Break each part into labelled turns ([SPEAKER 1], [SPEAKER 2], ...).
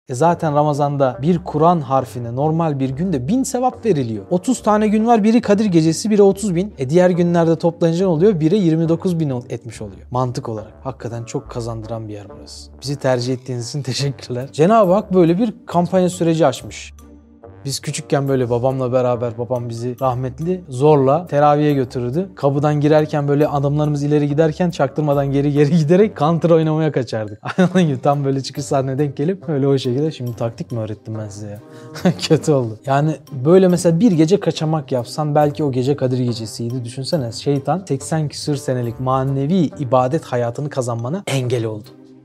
[SPEAKER 1] Zaten Ramazan'da bir Kur'an harfine normal bir günde 1000 sevap veriliyor. 30 tane gün var, biri Kadir Gecesi, biri 30.000. Diğer günlerde toplayınca oluyor? Biri 29.000 etmiş oluyor. Mantık olarak. Hakikaten çok kazandıran bir yer burası. Bizi tercih ettiğiniz için teşekkürler. Cenab-ı Hak böyle bir kampanya süreci açmış. Biz küçükken böyle babamla beraber, babam bizi rahmetli zorla teraviye götürürdü. Kapıdan girerken böyle adamlarımız ileri giderken çaktırmadan geri giderek counter oynamaya kaçardık. Aynen gibi tam böyle çıkış sahneye denk gelip öyle o şekilde. Şimdi taktik mi öğrettim ben size ya? Kötü oldu. Yani böyle mesela bir gece kaçamak yapsan belki o gece Kadir Gecesi'ydi. Düşünsene, şeytan 80 küsür senelik manevi ibadet hayatını kazanmana engel oldu.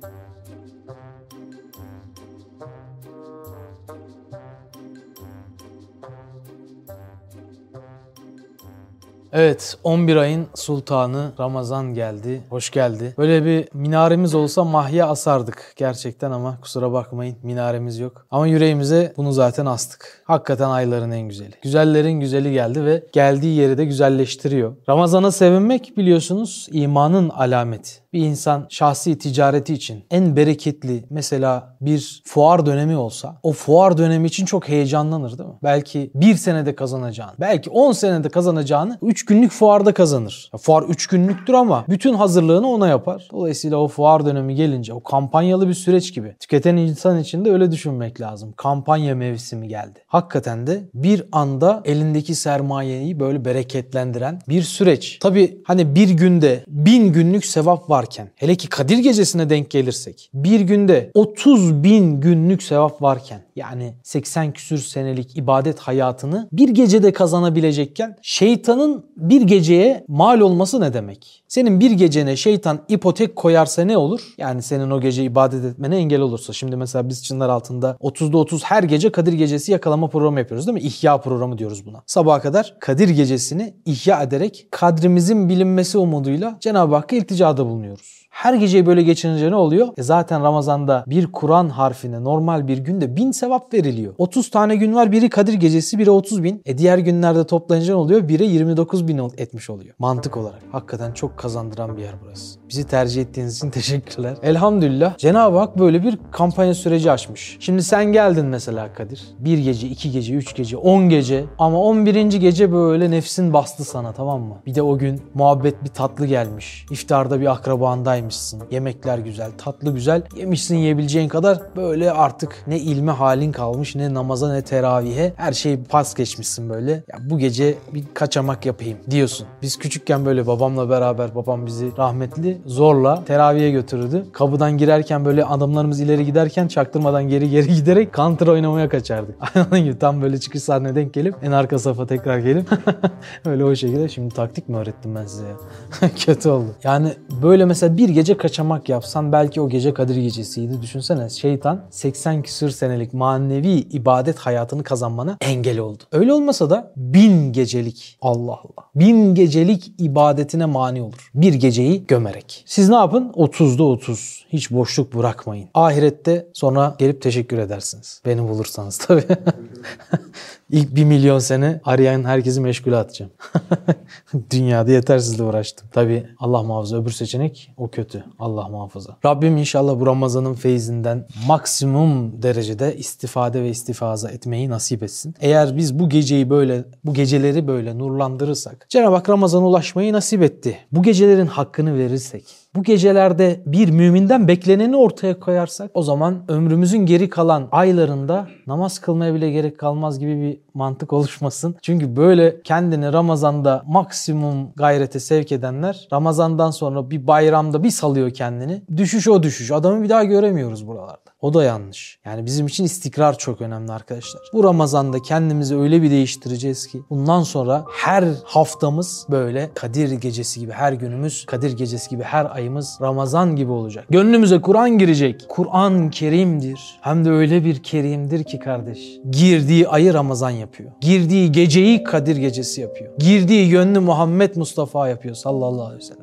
[SPEAKER 1] Evet, 11 ayın sultanı Ramazan geldi. Hoş geldi. Böyle bir minaremiz olsa mahya asardık gerçekten ama kusura bakmayın minaremiz yok. Ama yüreğimize bunu zaten astık. Hakikaten ayların en güzeli. Güzellerin güzeli geldi ve geldiği yeri de güzelleştiriyor. Ramazan'a sevinmek biliyorsunuz imanın alameti. Bir insan şahsi ticareti için en bereketli mesela bir fuar dönemi olsa o fuar dönemi için çok heyecanlanır değil mi? Belki bir senede kazanacağını, belki 10 senede kazanacağını 3 günlük fuarda kazanır. Fuar 3 günlüktür ama bütün hazırlığını ona yapar. Dolayısıyla o fuar dönemi gelince o kampanyalı bir süreç gibi. Tüketen insan için de öyle düşünmek lazım. Kampanya mevsimi geldi. Hakikaten de bir anda elindeki sermayeyi böyle bereketlendiren bir süreç. Tabii hani bir günde 1000 günlük sevap varken, hele ki Kadir Gecesi'ne denk gelirsek, bir günde 30.000 günlük sevap varken, yani 80 küsür senelik ibadet hayatını bir gecede kazanabilecekken şeytanın bir geceye mal olması ne demek? Senin bir gecene şeytan ipotek koyarsa ne olur? Yani senin o gece ibadet etmene engel olursa. Şimdi mesela biz Çınaraltı'nda 30'da 30 her gece Kadir Gecesi yakalama programı yapıyoruz değil mi? İhya programı diyoruz buna. Sabaha kadar Kadir Gecesi'ni ihya ederek kadrimizin bilinmesi umuduyla Cenab-ı Hakk'a ilticada bulunuyoruz. Her geceyi böyle geçirince ne oluyor? Zaten Ramazan'da bir Kur'an harfine normal bir günde 1000 sevap veriliyor. 30 tane gün var, biri Kadir Gecesi, biri 30.000. Diğer günlerde toplayınca ne oluyor? Biri 29.000 etmiş oluyor. Mantık olarak. Hakikaten çok kazandıran bir yer burası. Bizi tercih ettiğiniz için teşekkürler. Elhamdülillah Cenab-ı Hak böyle bir kampanya süreci açmış. Şimdi sen geldin mesela Kadir. Bir gece, 2 gece, 3 gece, 10 gece ama 11. gece böyle nefsin bastı sana, tamam mı? Bir de o gün muhabbet bir tatlı gelmiş. İftarda bir akrabandaymışsın. Yemekler güzel, tatlı güzel. Yemişsin yiyebileceğin kadar, böyle artık ne ilme halin kalmış, ne namaza ne teravihe. Her şeyi pas geçmişsin böyle. Ya bu gece bir kaçamak yapayım diyorsun. Biz küçükken böyle babamla beraber, babam bizi rahmetli zorla teraviye götürürdü. Kapıdan girerken böyle adamlarımız ileri giderken çaktırmadan geri giderek counter oynamaya kaçardık. Aynen gibi tam böyle çıkış sahneye denk gelip en arka safa tekrar gelip öyle o şekilde. Şimdi taktik mi öğrettim ben size ya? Kötü oldu. Yani böyle mesela bir gece kaçamak yapsan belki o gece Kadir Gecesi'ydi. Düşünsene, şeytan 80 küsür senelik manevi ibadet hayatını kazanmana engel oldu. Öyle olmasa da 1000 gecelik, Allah Allah, 1000 gecelik ibadetine mani olur. Bir geceyi gömerek. Siz ne yapın? 30'da 30. Hiç boşluk bırakmayın. Ahirette sonra gelip teşekkür edersiniz. Beni bulursanız tabii. İlk 1 milyon sene arayan herkesi meşgule atacağım. Dünyada yetersizle uğraştım. Tabii Allah muhafaza, öbür seçenek o kötü. Allah muhafaza. Rabbim inşallah bu Ramazan'ın feyzinden maksimum derecede istifade ve istifaza etmeyi nasip etsin. Eğer biz bu geceleri böyle nurlandırırsak, Cenab-ı Hak Ramazan'a ulaşmayı nasip etti. Bu gecelerin hakkını verirsek, bu gecelerde bir müminden bekleneni ortaya koyarsak, o zaman ömrümüzün geri kalan aylarında namaz kılmaya bile gerek kalmaz gibi bir mantık oluşmasın. Çünkü böyle kendini Ramazan'da maksimum gayrete sevk edenler Ramazan'dan sonra bir bayramda bir salıyor kendini. Düşüş o düşüş. Adamı bir daha göremiyoruz buralarda. O da yanlış. Yani bizim için istikrar çok önemli arkadaşlar. Bu Ramazan'da kendimizi öyle bir değiştireceğiz ki bundan sonra her haftamız böyle Kadir Gecesi gibi, her günümüz Kadir Gecesi gibi, her ayımız Ramazan gibi olacak. Gönlümüze Kur'an girecek. Kur'an kerimdir. Hem de öyle bir kerimdir ki kardeş. Girdiği ayı Ramazan yapıyor. Girdiği geceyi Kadir Gecesi yapıyor. Girdiği yönlü Muhammed Mustafa yapıyor sallallahu aleyhi ve sellem.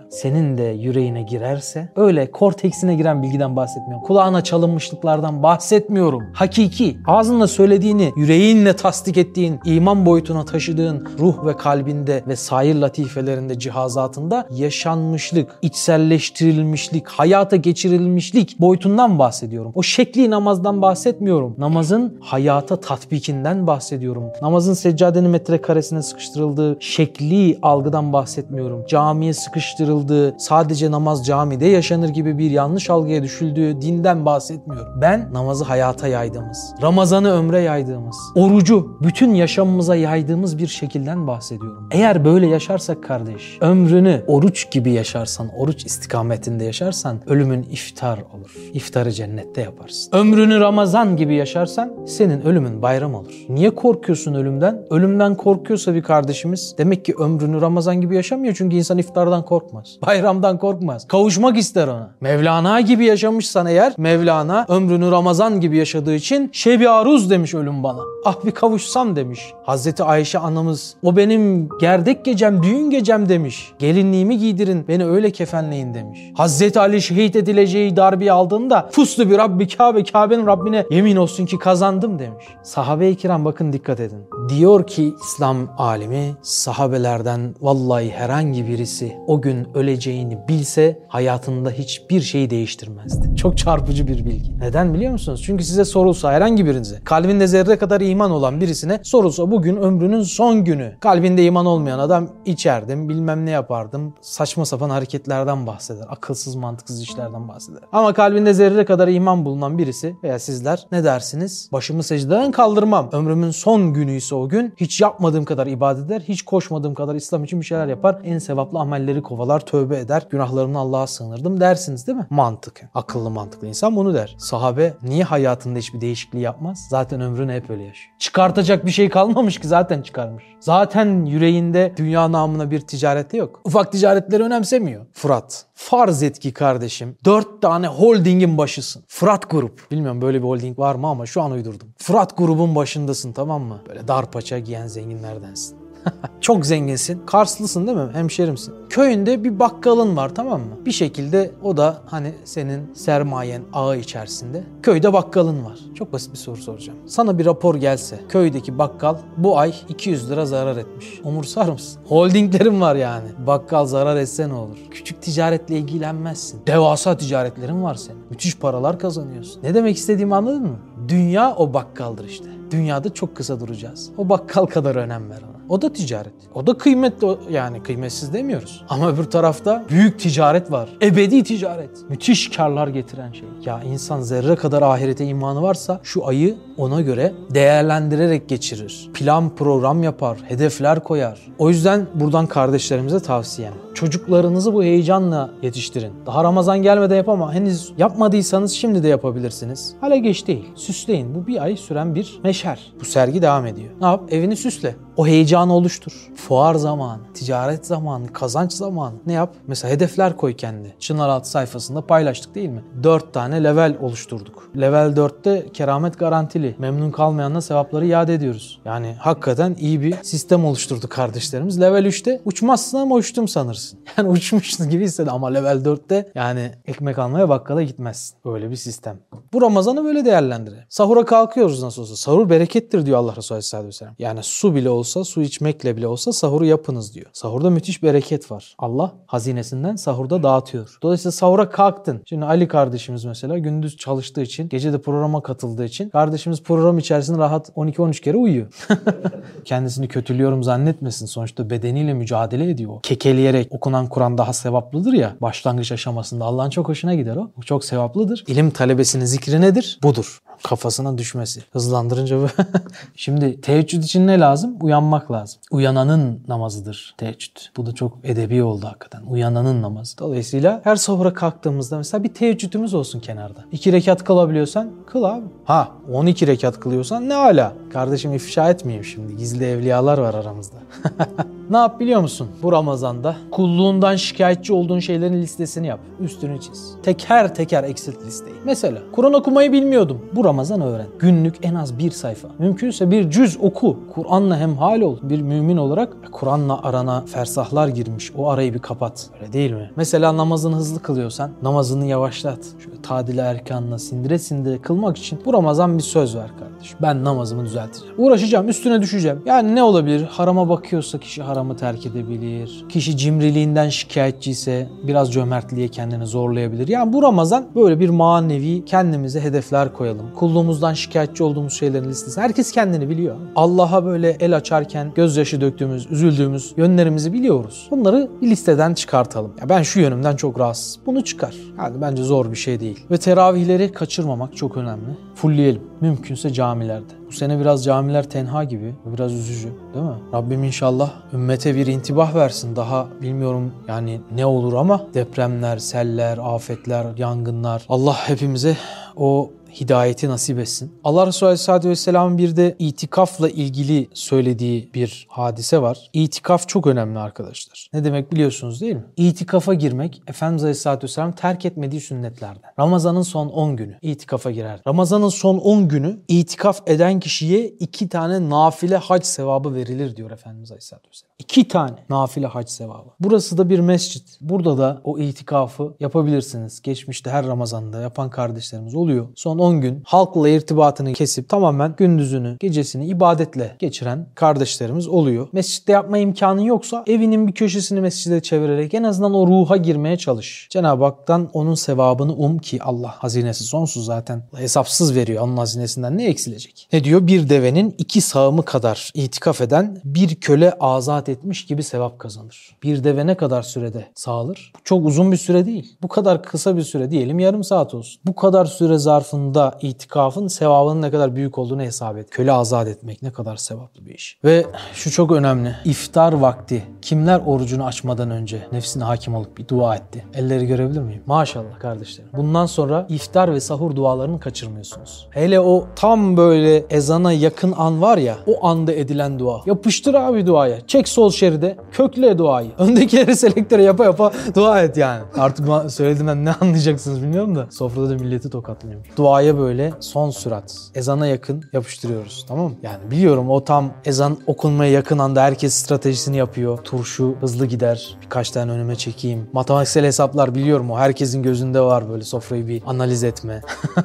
[SPEAKER 1] senin de yüreğine girerse, öyle korteksine giren bilgiden bahsetmiyorum. Kulağına çalınmışlıklardan bahsetmiyorum. Hakiki, ağzınla söylediğini, yüreğinle tasdik ettiğin, iman boyutuna taşıdığın ruh ve kalbinde ve sair latifelerinde, cihazatında yaşanmışlık, içselleştirilmişlik, hayata geçirilmişlik boyutundan bahsediyorum. O şekli namazdan bahsetmiyorum. Namazın hayata tatbikinden bahsediyorum. Namazın seccadenin metrekaresine sıkıştırıldığı şekli algıdan bahsetmiyorum. Camiye sıkıştırıldığı, sadece namaz camide yaşanır gibi bir yanlış algıya düşüldüğü dinden bahsetmiyorum. Ben namazı hayata yaydığımız, Ramazan'ı ömre yaydığımız, orucu bütün yaşamımıza yaydığımız bir şekilden bahsediyorum. Eğer böyle yaşarsak kardeş, ömrünü oruç gibi yaşarsan, oruç istikametinde yaşarsan ölümün iftar olur. İftarı cennette yaparsın. Ömrünü Ramazan gibi yaşarsan senin ölümün bayram olur. Niye korkuyorsun ölümden? Ölümden korkuyorsa bir kardeşimiz demek ki ömrünü Ramazan gibi yaşamıyor. Çünkü insan iftardan korkmaz. Bayramdan korkmaz. Kavuşmak ister ona. Mevlana gibi yaşamışsan eğer, Mevlana ömrünü Ramazan gibi yaşadığı için Şebi Aruz demiş ölüm bana. Ah bir kavuşsam demiş. Hazreti Ayşe anamız o benim gerdek gecem, düğün gecem demiş. Gelinliğimi giydirin, beni öyle kefenleyin demiş. Hazreti Ali şehit edileceği darbeyi aldığında Fuslu bir Rabbi Kabe, Kabe'nin Rabbine yemin olsun ki kazandım demiş. Sahabe-i kiram bakın dikkat edin. Diyor ki İslam alimi, sahabelerden vallahi herhangi birisi o gün öleceğini bilse hayatında hiçbir şeyi değiştirmezdi. Çok çarpıcı bir bilgi. Neden biliyor musunuz? Çünkü size sorulsa herhangi birinize, kalbinde zerre kadar iman olan birisine sorulsa bugün ömrünün son günü. Kalbinde iman olmayan adam içerdim, bilmem ne yapardım. Saçma sapan hareketlerden bahseder. Akılsız mantıksız işlerden bahseder. Ama kalbinde zerre kadar iman bulunan birisi veya sizler ne dersiniz? Başımı secdeden kaldırmam. Ömrümün son günüyse o gün hiç yapmadığım kadar ibadet eder, hiç koşmadığım kadar İslam için bir şeyler yapar. En sevaplı amelleri kovalar, tövbe eder. Günahlarımdan Allah'a sığınırdım dersiniz değil mi? Mantık. Akıllı mantıklı insan bunu der. Sahabe niye hayatında hiçbir değişikliği yapmaz? Zaten ömrünü hep öyle yaşıyor. Çıkartacak bir şey kalmamış ki zaten çıkarmış. Zaten yüreğinde dünya namına bir ticareti yok. Ufak ticaretleri önemsemiyor. Fırat. Farz et ki kardeşim 4 tane holdingin başısın. Fırat Grup. Bilmiyorum böyle bir holding var mı ama şu an uydurdum. Fırat Grubun başındasın, tamam mı? Böyle dar paça giyen zenginlerdensin. Çok zenginsin. Karslısın değil mi? Hemşerimsin. Köyünde bir bakkalın var, tamam mı? Bir şekilde o da hani senin sermayen ağı içerisinde. Köyde bakkalın var. Çok basit bir soru soracağım. Sana bir rapor gelse köydeki bakkal bu ay 200 lira zarar etmiş. Umursar mısın? Holdinglerin var yani. Bakkal zarar etse ne olur? Küçük ticaretle ilgilenmezsin. Devasa ticaretlerin var senin. Müthiş paralar kazanıyorsun. Ne demek istediğimi anladın mı? Dünya o bakkaldır işte. Dünyada çok kısa duracağız. O bakkal kadar önem ver ona. O da ticaret. O da kıymetli, yani kıymetsiz demiyoruz. Ama öbür tarafta büyük ticaret var. Ebedi ticaret. Müthiş karlar getiren şey. Ya insan zerre kadar ahirete imanı varsa şu ayı ona göre değerlendirerek geçirir. Plan program yapar. Hedefler koyar. O yüzden buradan kardeşlerimize tavsiyem. Çocuklarınızı bu heyecanla yetiştirin. Daha Ramazan gelmeden yapama. Henüz yapmadıysanız şimdi de yapabilirsiniz. Hala geç değil. Süsleyin. Bu bir ay süren bir meşer. Bu sergi devam ediyor. Ne yap? Evini süsle. O heyecanı oluştur. Fuar zamanı, ticaret zamanı, kazanç zamanı. Ne yap? Mesela hedefler koy kendi. Çınaraltı sayfasında paylaştık değil mi? 4 tane level oluşturduk. Level 4'te keramet garantili. Memnun kalmayanla sevapları iade ediyoruz. Yani hakikaten iyi bir sistem oluşturdu kardeşlerimiz. Level 3'te uçmazsın ama uçtum sanırsın. Yani uçmuşsun gibi hissediyorsun ama level 4'te yani ekmek almaya bakkala gitmezsin. Öyle bir sistem. Bu Ramazan'ı böyle değerlendirelim. Sahura kalkıyoruz nasıl olsa. Sahur berekettir diyor Allah Resulü Aleyhisselatü Vesselam. Yani su bile olsa, su içmekle bile olsa sahuru yapınız diyor. Sahurda müthiş bereket var. Allah hazinesinden sahurda dağıtıyor. Dolayısıyla sahura kalktın. Şimdi Ali kardeşimiz mesela gündüz çalıştığı için, gece de programa katıldığı için kardeşimiz program içerisinde rahat 12-13 kere uyuyor. Kendisini kötülüyorum zannetmesin. Sonuçta bedeniyle mücadele ediyor. Kekeleyerek okunan Kur'an daha sevaplıdır ya. Başlangıç aşamasında Allah'ın çok hoşuna gider o. Bu çok sevaplıdır. İlim talebesinin zikri nedir? Budur. Kafasına düşmesi. Hızlandırınca Şimdi teheccüd için ne lazım? Uyanmak lazım. Uyananın namazıdır teheccüd. Bu da çok edebi oldu hakikaten. Uyananın namazı. Dolayısıyla her sahura kalktığımızda mesela bir teheccüdümüz olsun kenarda. 2 rekat kılabiliyorsan kıl abi. 12 rekat kılıyorsan ne ala. Kardeşim ifşa etmeyeyim şimdi. Gizli evliyalar var aramızda. Ne yap biliyor musun? Bu Ramazan'da kulluğundan şikayetçi olduğun şeylerin listesini yap. Üstünü çiz. Teker teker eksilt listeyi. Mesela Kur'an okumayı bilmiyordum. Bu Ramazan öğren. Günlük en az bir sayfa. Mümkünse bir cüz oku. Kur'an'la hemhal ol. Bir mümin olarak Kur'an'la arana fersahlar girmiş. O arayı bir kapat. Öyle değil mi? Mesela namazını hızlı kılıyorsan namazını yavaşlat. Şöyle tadile erkanla sindire sindire kılmak için bu Ramazan bir söz ver kardeşim. Ben namazımı düzelteceğim. Uğraşacağım, üstüne düşeceğim. Yani ne olabilir? Harama bakıyorsa kişi haramı terk edebilir. Kişi cimriliğinden şikayetçi ise biraz cömertliğe kendini zorlayabilir. Yani bu Ramazan böyle bir manevi kendimize hedefler koyalım. Kulluğumuzdan şikayetçi olduğumuz şeylerin listesi. Herkes kendini biliyor. Allah'a böyle el açarken gözyaşı döktüğümüz, üzüldüğümüz yönlerimizi biliyoruz. Bunları bir listeden çıkartalım. Ya ben şu yönümden çok rahatsız. Bunu çıkar. Yani bence zor bir şey değil. Ve teravihleri kaçırmamak çok önemli. Fullleyelim. Mümkünse camilerde. Bu sene biraz camiler tenha gibi. Biraz üzücü, değil mi? Rabbim inşallah ümmete bir intibah versin. Daha bilmiyorum yani ne olur ama depremler, seller, afetler, yangınlar. Allah hepimize o hidayeti nasip etsin. Allah Resulü Aleyhisselatü Vesselam'ın bir de itikafla ilgili söylediği bir hadise var. İtikaf çok önemli arkadaşlar. Ne demek biliyorsunuz değil mi? İtikafa girmek Efendimiz Aleyhisselatü Vesselam terk etmediği sünnetlerden. Ramazan'ın son 10 günü itikafa girer. Ramazan'ın son 10 günü itikaf eden kişiye 2 tane nafile hac sevabı verilir diyor Efendimiz Aleyhisselatü Vesselam. 2 tane nafile hac sevabı. Burası da bir mescit. Burada da o itikafı yapabilirsiniz. Geçmişte her Ramazan'da yapan kardeşlerimiz oluyor. Son 10 gün halkla irtibatını kesip tamamen gündüzünü, gecesini ibadetle geçiren kardeşlerimiz oluyor. Mescitte yapma imkanın yoksa evinin bir köşesini mescide çevirerek en azından o ruha girmeye çalış. Cenab-ı Hak'tan onun sevabını ki Allah hazinesi sonsuz zaten hesapsız veriyor. Onun hazinesinden ne eksilecek? Ne diyor? Bir devenin 2 sağımı kadar itikaf eden bir köle azat etmiş gibi sevap kazanır. Bir deve ne kadar sürede sağılır? Bu çok uzun bir süre değil. Bu kadar kısa bir süre diyelim yarım saat olsun. Bu kadar süre zarfında itikafın sevabının ne kadar büyük olduğunu hesap et. Köle azat etmek ne kadar sevaplı bir iş. Ve şu çok önemli. İftar vakti. Kimler orucunu açmadan önce nefsine hakim olup bir dua etti? Elleri görebilir miyim? Maşallah kardeşlerim. Bundan sonra iftar ve sahur dualarını kaçırmıyorsunuz. Hele o tam böyle ezana yakın an var ya, o anda edilen dua. Yapıştır abi duaya. Çek sol şeride. Kökle duayı. Öndekileri selektöre yapa yapa dua et yani. Artık söylediğimden ne anlayacaksınız bilmiyorum da. Sofrada da milleti tokatlanıyor. Duaya böyle son sürat. Ezana yakın yapıştırıyoruz. Tamam mı? Yani biliyorum o tam ezan okunmaya yakın anda herkes stratejisini yapıyor. Turşu hızlı gider. Birkaç tane önüme çekeyim. Matematiksel hesaplar biliyorum o. Herkesin gözünde var böyle sofrayı bir analiz etme.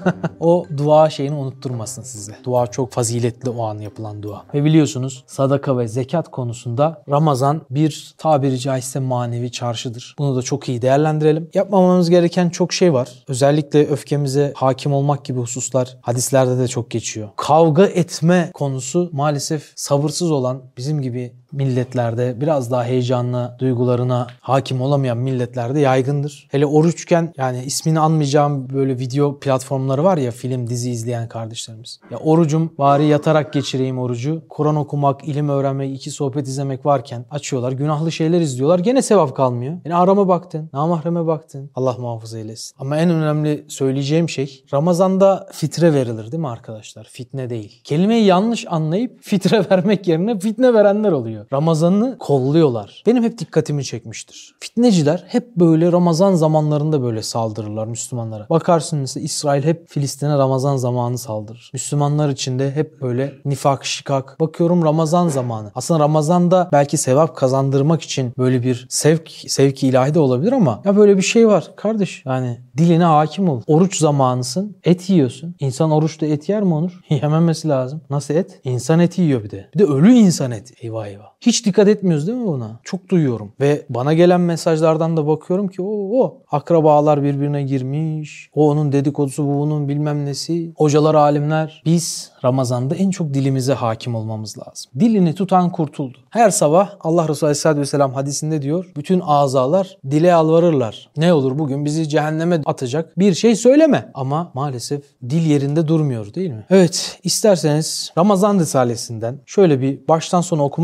[SPEAKER 1] O dua şeyini unutturmasın size. Dua çok faziletli o an yapılan dua. Ve biliyorsunuz sadaka ve zekat konusunda Ramazan bir tabiri caizse manevi çarşıdır. Bunu da çok iyi değerlendirelim. Yapmamamız gereken çok şey var. Özellikle öfkemize hakim olmak gibi hususlar hadislerde de çok geçiyor. Kavga etme konusu maalesef sabırsız olan bizim gibi milletlerde biraz daha heyecanlı duygularına hakim olamayan milletlerde yaygındır. Hele oruçken yani ismini anmayacağım böyle video platformları var ya film dizi izleyen kardeşlerimiz. Ya orucum bari yatarak geçireyim orucu. Kur'an okumak, ilim öğrenmek, 2 sohbet izlemek varken açıyorlar. Günahlı şeyler izliyorlar. Gene sevap kalmıyor. Yani harama baktın, namahreme baktın. Allah muhafaza eylesin. Ama en önemli söyleyeceğim şey Ramazan'da fitre verilir değil mi arkadaşlar? Fitne değil. Kelimeyi yanlış anlayıp fitre vermek yerine fitne verenler oluyor. Ramazan'ı kolluyorlar. Benim hep dikkatimi çekmiştir. Fitneciler hep böyle Ramazan zamanlarında böyle saldırırlar Müslümanlara. Bakarsın mesela İsrail hep Filistin'e Ramazan zamanı saldırır. Müslümanlar için de hep böyle nifak, şikak. Bakıyorum Ramazan zamanı. Aslında Ramazan'da belki sevap kazandırmak için böyle bir sevki ilahi de olabilir ama ya böyle bir şey var kardeş. Yani diline hakim ol. Oruç zamanısın. Et yiyorsun. İnsan oruçta et yer mi Onur? Yememesi lazım. Nasıl et? İnsan eti yiyor bir de. Bir de ölü insan eti. Eyvah eyvah. Hiç dikkat etmiyoruz değil mi buna? Çok duyuyorum. Ve bana gelen mesajlardan da bakıyorum ki o akrabalar birbirine girmiş. O onun dedikodusu, bu bunun bilmem nesi. Hocalar, alimler. Biz Ramazan'da en çok dilimize hakim olmamız lazım. Dilini tutan kurtuldu. Her sabah Allah Resulü Aleyhisselatü Vesselam hadisinde diyor. Bütün azalar dile yalvarırlar. Ne olur bugün bizi cehenneme atacak bir şey söyleme. Ama maalesef dil yerinde durmuyor değil mi? Evet, isterseniz Ramazan Risalesinden şöyle bir baştan sona okuma yapalım.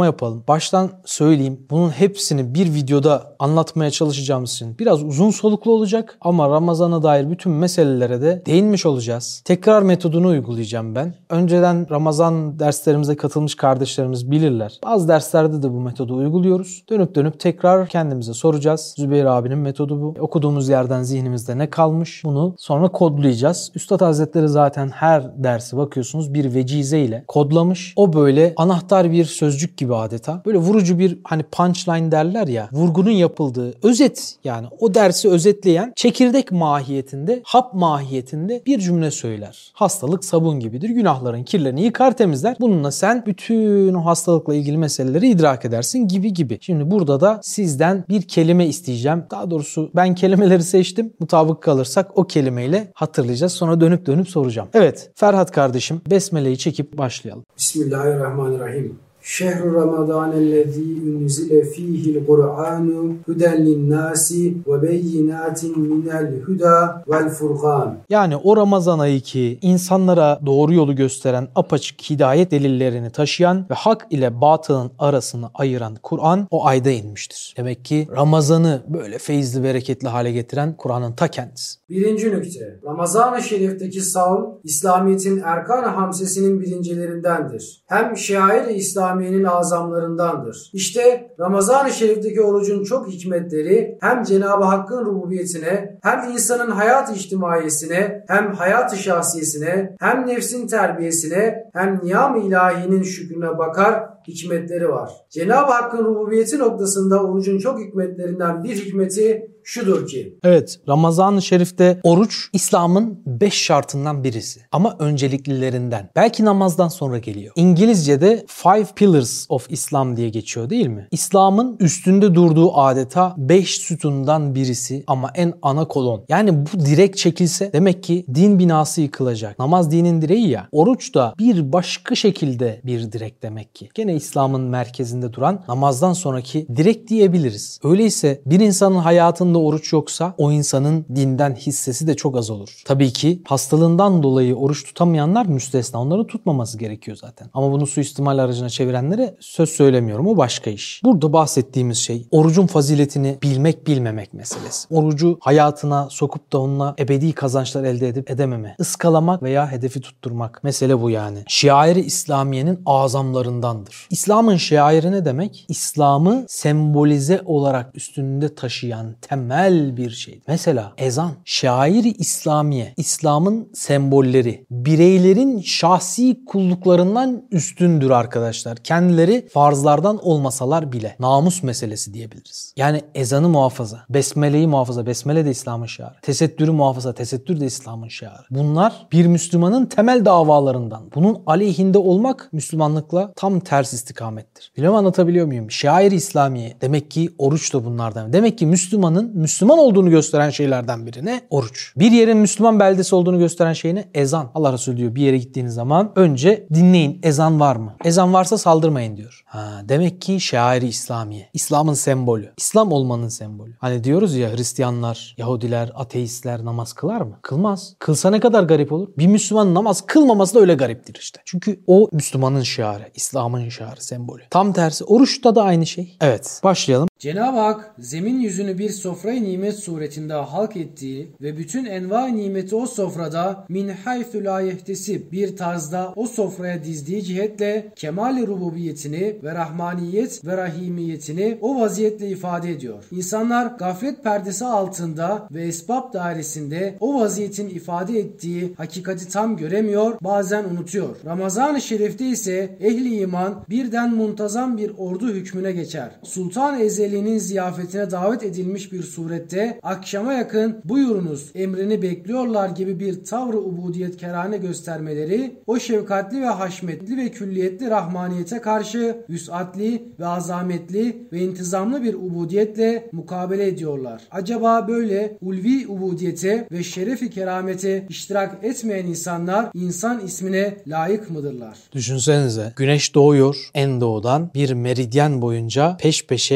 [SPEAKER 1] baştan söyleyeyim. Bunun hepsini bir videoda anlatmaya çalışacağımız için biraz uzun soluklu olacak ama Ramazan'a dair bütün meselelere de değinmiş olacağız. Tekrar metodunu uygulayacağım ben. Önceden Ramazan derslerimize katılmış kardeşlerimiz bilirler. Bazı derslerde de bu metodu uyguluyoruz. Dönüp dönüp tekrar kendimize soracağız. Zübeyir abinin metodu bu. Okuduğumuz yerden zihnimizde ne kalmış? Bunu sonra kodlayacağız. Üstad Hazretleri zaten her dersi bakıyorsunuz bir vecize ile kodlamış. O böyle anahtar bir sözcük gibi adeta. Böyle vurucu bir hani punchline derler ya. Vurgunun yapıldığı özet, yani o dersi özetleyen çekirdek mahiyetinde, hap mahiyetinde bir cümle söyler. Hastalık sabun gibidir. Günahların kirlerini yıkar, temizler. Bununla sen bütün o hastalıkla ilgili meseleleri idrak edersin gibi. Şimdi burada da sizden bir kelime isteyeceğim. Daha doğrusu ben kelimeleri seçtim. Mutabık kalırsak o kelimeyle hatırlayacağız. Sonra dönüp soracağım. Evet, Ferhat kardeşim, Besmele'yi çekip başlayalım.
[SPEAKER 2] Bismillahirrahmanirrahim. Şehru Ramazanellezî unzile fîhil Kur'anu huden linnâsi ve beyinatin minel huda vel furkan.
[SPEAKER 1] Yani o Ramazan ayı ki insanlara doğru yolu gösteren apaçık hidayet delillerini taşıyan ve hak ile batılın arasını ayıran Kur'an o ayda inmiştir. Demek ki Ramazan'ı böyle feyizli, bereketli hale getiren Kur'an'ın ta kendisi.
[SPEAKER 2] Birinci nükte. Ramazan-ı Şerif'teki savm, İslamiyet'in erkan-ı hamsesinin birincilerindendir. Hem şair-i İslamiye'nin azamlarındandır. İşte Ramazan-ı Şerif'teki orucun çok hikmetleri hem Cenab-ı Hakk'ın rububiyetine, hem insanın hayat-ı içtimaiyesine, hem hayat-ı şahsiyesine, hem nefsin terbiyesine, hem niyam-ı ilahinin şükrüne bakar, hikmetleri var. Cenab-ı Hakk'ın rububiyeti noktasında orucun çok hikmetlerinden bir hikmeti şudur ki.
[SPEAKER 1] Evet, Ramazan-ı Şerif'te oruç İslam'ın 5 şartından birisi. Ama önceliklilerinden. Belki namazdan sonra geliyor. İngilizce'de Five Pillars of Islam diye geçiyor değil mi? İslam'ın üstünde durduğu adeta 5 sütundan birisi ama en ana kolon. Yani bu direk çekilse demek ki din binası yıkılacak. Namaz dinin direği ya. Oruç da bir başka şekilde bir direk demek ki. Gene İslam'ın merkezinde duran namazdan sonraki direk diyebiliriz. Öyleyse bir insanın hayatında oruç yoksa o insanın dinden hissesi de çok az olur. Tabii ki hastalığından dolayı oruç tutamayanlar müstesna. Onların tutmaması gerekiyor zaten. Ama bunu suistimal aracına çevirenlere söz söylemiyorum. O başka iş. Burada bahsettiğimiz şey orucun faziletini bilmek bilmemek meselesi. Orucu hayatına sokup da onunla ebedi kazançlar elde edip edememe. Iskalamak veya hedefi tutturmak. Mesele bu yani. Şair-i İslamiye'nin azamlarındandır. İslam'ın şairi ne demek? İslam'ı sembolize olarak üstünde taşıyan temel bir şey. Mesela ezan, şair-i İslamiye, İslam'ın sembolleri, bireylerin şahsi kulluklarından üstündür arkadaşlar. Kendileri farzlardan olmasalar bile namus meselesi diyebiliriz. Yani ezanı muhafaza, besmeleyi muhafaza, besmele de İslam'ın şiarı. Tesettürü muhafaza, tesettür de İslam'ın şiarı. Bunlar bir Müslümanın temel davalarından. Bunun aleyhinde olmak Müslümanlıkla tam ters istikamettir. Bilmem anlatabiliyor muyum? Şair-i İslamiye. Demek ki oruç da bunlardan. Demek ki Müslümanın Müslüman olduğunu gösteren şeylerden biri ne? Oruç. Bir yerin Müslüman beldesi olduğunu gösteren şey ne? Ezan. Allah Resulü diyor bir yere gittiğiniz zaman önce dinleyin. Ezan var mı? Ezan varsa saldırmayın diyor. Demek ki şair-i İslamiye. İslam'ın sembolü. İslam olmanın sembolü. Hani diyoruz ya Hristiyanlar, Yahudiler, ateistler namaz kılar mı? Kılmaz. Kılsa ne kadar garip olur? Bir Müslüman namaz kılmaması da öyle gariptir işte. Çünkü o Müslümanın şiarı. İslam'ın şiarı, sembolü. Tam tersi oruçta da aynı şey. Evet, başlayalım.
[SPEAKER 3] Cenab-ı Hak zemin yüzünü bir sofrayı nimet suretinde halk ettiği ve bütün enva nimeti o sofrada min haythu la yehtesib bir tarzda o sofraya dizdiği cihetle kemal-i rububiyetini ve rahmaniyet ve rahimiyetini o vaziyetle ifade ediyor. İnsanlar gaflet perdesi altında ve esbab dairesinde o vaziyetin ifade ettiği hakikati tam göremiyor, bazen unutuyor. Ramazan-ı Şerif'te ise ehli iman birden muntazam bir ordu hükmüne geçer. Sultan-ı Ezeli'nin ziyafetine davet edilmiş bir surette akşama yakın buyurunuz emrini bekliyorlar gibi bir tavrı ubudiyetkerane göstermeleri o şefkatli ve haşmetli ve külliyetli rahmaniyete karşı vüs'atli ve azametli ve intizamlı bir ubudiyetle mukabele ediyorlar. Acaba böyle ulvi ubudiyete ve şerefi keramete iştirak etmeyen insanlar insan ismine layık mıdırlar?
[SPEAKER 1] Düşünsenize güneş doğuyor en doğudan bir meridyen boyunca peş peşe orada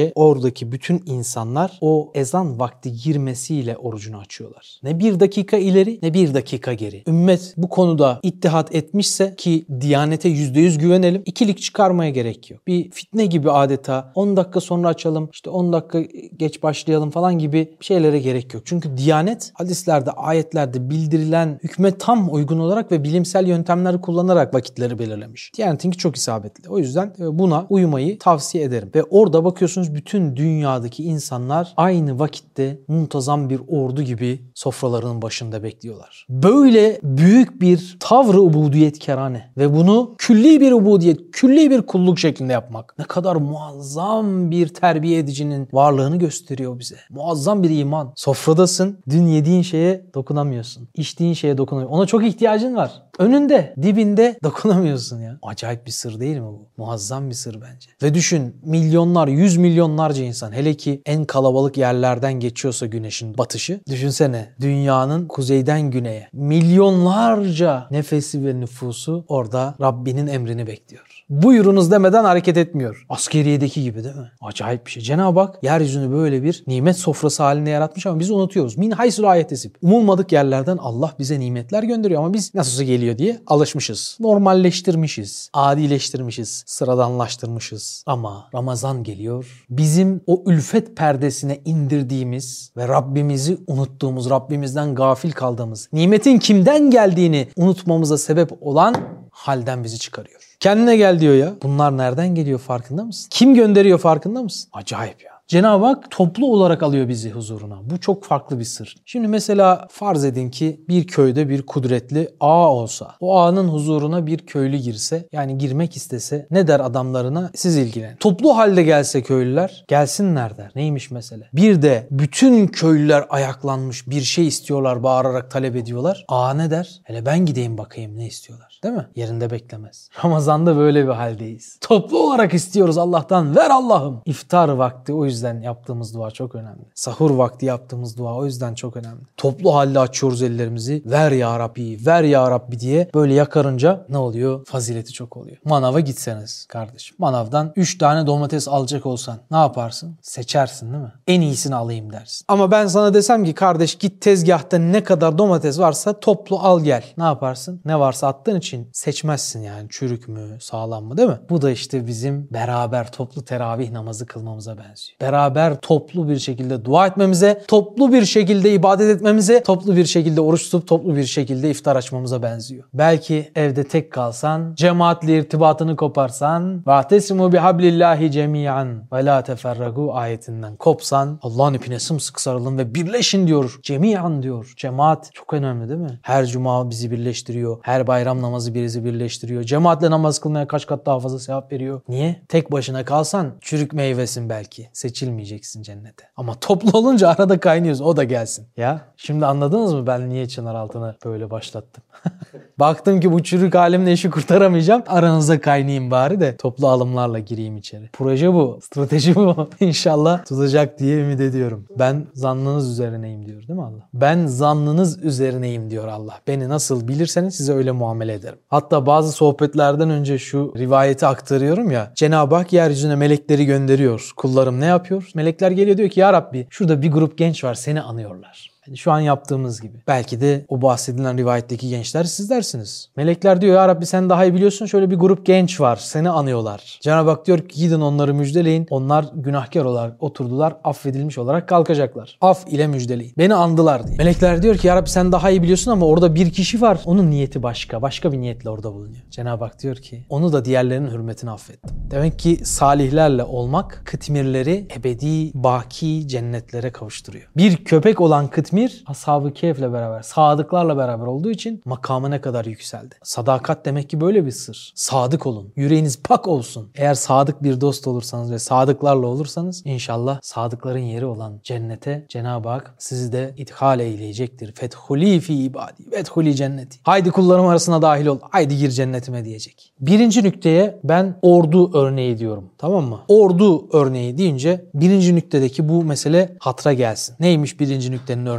[SPEAKER 1] oradaki bütün insanlar o ezan vakti girmesiyle orucunu açıyorlar. Ne bir dakika ileri ne bir dakika geri. Ümmet bu konuda ittihat etmişse ki Diyanete %100 güvenelim. İkilik çıkarmaya gerek yok. Bir fitne gibi adeta 10 dakika sonra açalım, işte 10 dakika geç başlayalım falan gibi şeylere gerek yok. Çünkü Diyanet hadislerde, ayetlerde bildirilen hükme tam uygun olarak ve bilimsel yöntemler kullanarak vakitleri belirlemiş. Diyanet'inki çok isabetli. O yüzden buna uymayı tavsiye ederim. Ve orada bakıyorsunuz bütün dünyadaki insanlar aynı vakitte muntazam bir ordu gibi sofralarının başında bekliyorlar. Böyle büyük bir tavrı ubudiyetkerane ve bunu külli bir ubudiyet, külli bir kulluk şeklinde yapmak ne kadar muazzam bir terbiye edicinin varlığını gösteriyor bize. Muazzam bir iman. Sofradasın, dün yediğin şeye dokunamıyorsun. İçtiğin şeye dokunamıyorsun. Ona çok ihtiyacın var. Önünde, dibinde dokunamıyorsun ya. Acayip bir sır değil mi bu? Muazzam bir sır bence. Ve düşün, milyonlar, 100 milyonlarca insan, hele ki en kalabalık yerlerden geçiyorsa güneşin batışı. Düşünsene, dünyanın kuzeyden güneye milyonlarca nefesi ve nüfusu orada Rabbinin emrini bekliyor. Buyurunuz demeden hareket etmiyor. Askeriyedeki gibi değil mi? Acayip bir şey. Cenab-ı Hak yeryüzünü böyle bir nimet sofrası halinde yaratmış ama biz unutuyoruz. Min haysul ayetesib. Umulmadık yerlerden Allah bize nimetler gönderiyor ama biz nasılsa geliyor diye alışmışız. Normalleştirmişiz. Adileştirmişiz. Sıradanlaştırmışız. Ama Ramazan geliyor. Bizim o ülfet perdesine indirdiğimiz ve Rabbimizi unuttuğumuz, Rabbimizden gafil kaldığımız, nimetin kimden geldiğini unutmamıza sebep olan halden bizi çıkarıyor. Kendine gel diyor ya. Bunlar nereden geliyor farkında mısın? Kim gönderiyor farkında mısın? Acayip ya. Cenab-ı Hak toplu olarak alıyor bizi huzuruna. Bu çok farklı bir sır. Şimdi mesela farz edin ki bir köyde bir kudretli ağa olsa. O ağanın huzuruna bir köylü girse, yani girmek istese ne der adamlarına? Siz ilgilenin. Toplu halde gelse köylüler, gelsinler der. Neymiş mesele? Bir de bütün köylüler ayaklanmış bir şey istiyorlar, bağırarak talep ediyorlar. Ağa ne der? Hele ben gideyim bakayım ne istiyorlar. Değil mi? Yerinde beklemez. Ramazan'da böyle bir haldeyiz. Toplu olarak istiyoruz Allah'tan. Ver Allah'ım. İftar vakti o yüzden yaptığımız dua çok önemli. Sahur vakti yaptığımız dua o yüzden çok önemli. Toplu halde açıyoruz ellerimizi. Ver ya Rabbi, ver ya Rabbi diye böyle yakarınca ne oluyor? Fazileti çok oluyor. Manava gitseniz kardeşim. Manavdan 3 tane domates alacak olsan ne yaparsın? Seçersin değil mi? En iyisini alayım dersin. Ama ben sana desem ki kardeş git tezgahta ne kadar domates varsa toplu al gel. Ne yaparsın? Ne varsa attığın için seçmezsin yani. Çürük mü, sağlam mı değil mi? Bu da işte bizim beraber toplu teravih namazı kılmamıza benziyor. Beraber toplu bir şekilde dua etmemize, toplu bir şekilde ibadet etmemize, toplu bir şekilde oruç tutup toplu bir şekilde iftar açmamıza benziyor. Belki evde tek kalsan, cemaatle irtibatını koparsan, وَاَعْتَسِمُوا بِحَبْلِ اللّٰهِ جَمِيعًا وَلَا تَفَرَّقُوا ayetinden kopsan, Allah'ın ipine sımsıkı sarılın ve birleşin diyor. Cemiyan diyor. Cemaat çok önemli değil mi? Her cuma bizi birleştiriyor. Her bayram namazı bizi birleştiriyor. Cemaatle namaz kılmaya kaç kat daha fazla sevap veriyor. Niye? Tek başına kalsan çürük meyvesin belki. Seçilmeyeceksin cennete. Ama toplu olunca arada kaynıyoruz. O da gelsin. Ya şimdi anladınız mı ben niye Çınaraltı'nı böyle başlattım? Baktım ki bu çürük halimle işi kurtaramayacağım. Aranızda kaynayayım bari de toplu alımlarla gireyim içeri. Proje bu. Strateji bu. İnşallah tutacak diye ümit ediyorum. Ben zannınız üzerineyim diyor değil mi Allah? Ben zannınız üzerineyim diyor Allah. Beni nasıl bilirseniz size öyle muamele ederim. Hatta bazı sohbetlerden önce şu rivayeti aktarıyorum ya. Cenab-ı Hak yeryüzüne melekleri gönderiyor. Kullarım ne yapıyor? Melekler geliyor diyor ki ya Rabbi şurada bir grup genç var seni anıyorlar. Yani şu an yaptığımız gibi. Belki de o bahsedilen rivayetteki gençler sizlersiniz. Melekler diyor ya Rabbi sen daha iyi biliyorsun şöyle bir grup genç var seni anıyorlar. Cenab-ı Hak diyor ki gidin onları müjdeleyin. Onlar günahkar olarak oturdular affedilmiş olarak kalkacaklar. Af ile müjdeleyin. Beni andılar diye. Melekler diyor ki ya Rabbi sen daha iyi biliyorsun ama orada bir kişi var. Onun niyeti başka. Başka bir niyetle orada bulunuyor. Cenab-ı Hak diyor ki onu da diğerlerinin hürmetine affettim. Demek ki salihlerle olmak kıtmirleri ebedi baki cennetlere kavuşturuyor. Bir köpek olan kıtmir Ashab-ı Kehf'le beraber, sadıklarla beraber olduğu için makamı ne kadar yükseldi. Sadakat demek ki böyle bir sır. Sadık olun. Yüreğiniz pak olsun. Eğer sadık bir dost olursanız ve sadıklarla olursanız inşallah sadıkların yeri olan cennete Cenab-ı Hak sizi de ithal eyleyecektir. Fethuli fi ibadi. Fethuli cenneti. Haydi kullarım arasına dahil ol. Haydi gir cennetime diyecek. Birinci nükteye ben ordu örneği diyorum. Tamam mı? Ordu örneği deyince birinci nüktedeki bu mesele hatra gelsin. Neymiş birinci nüktenin örneği?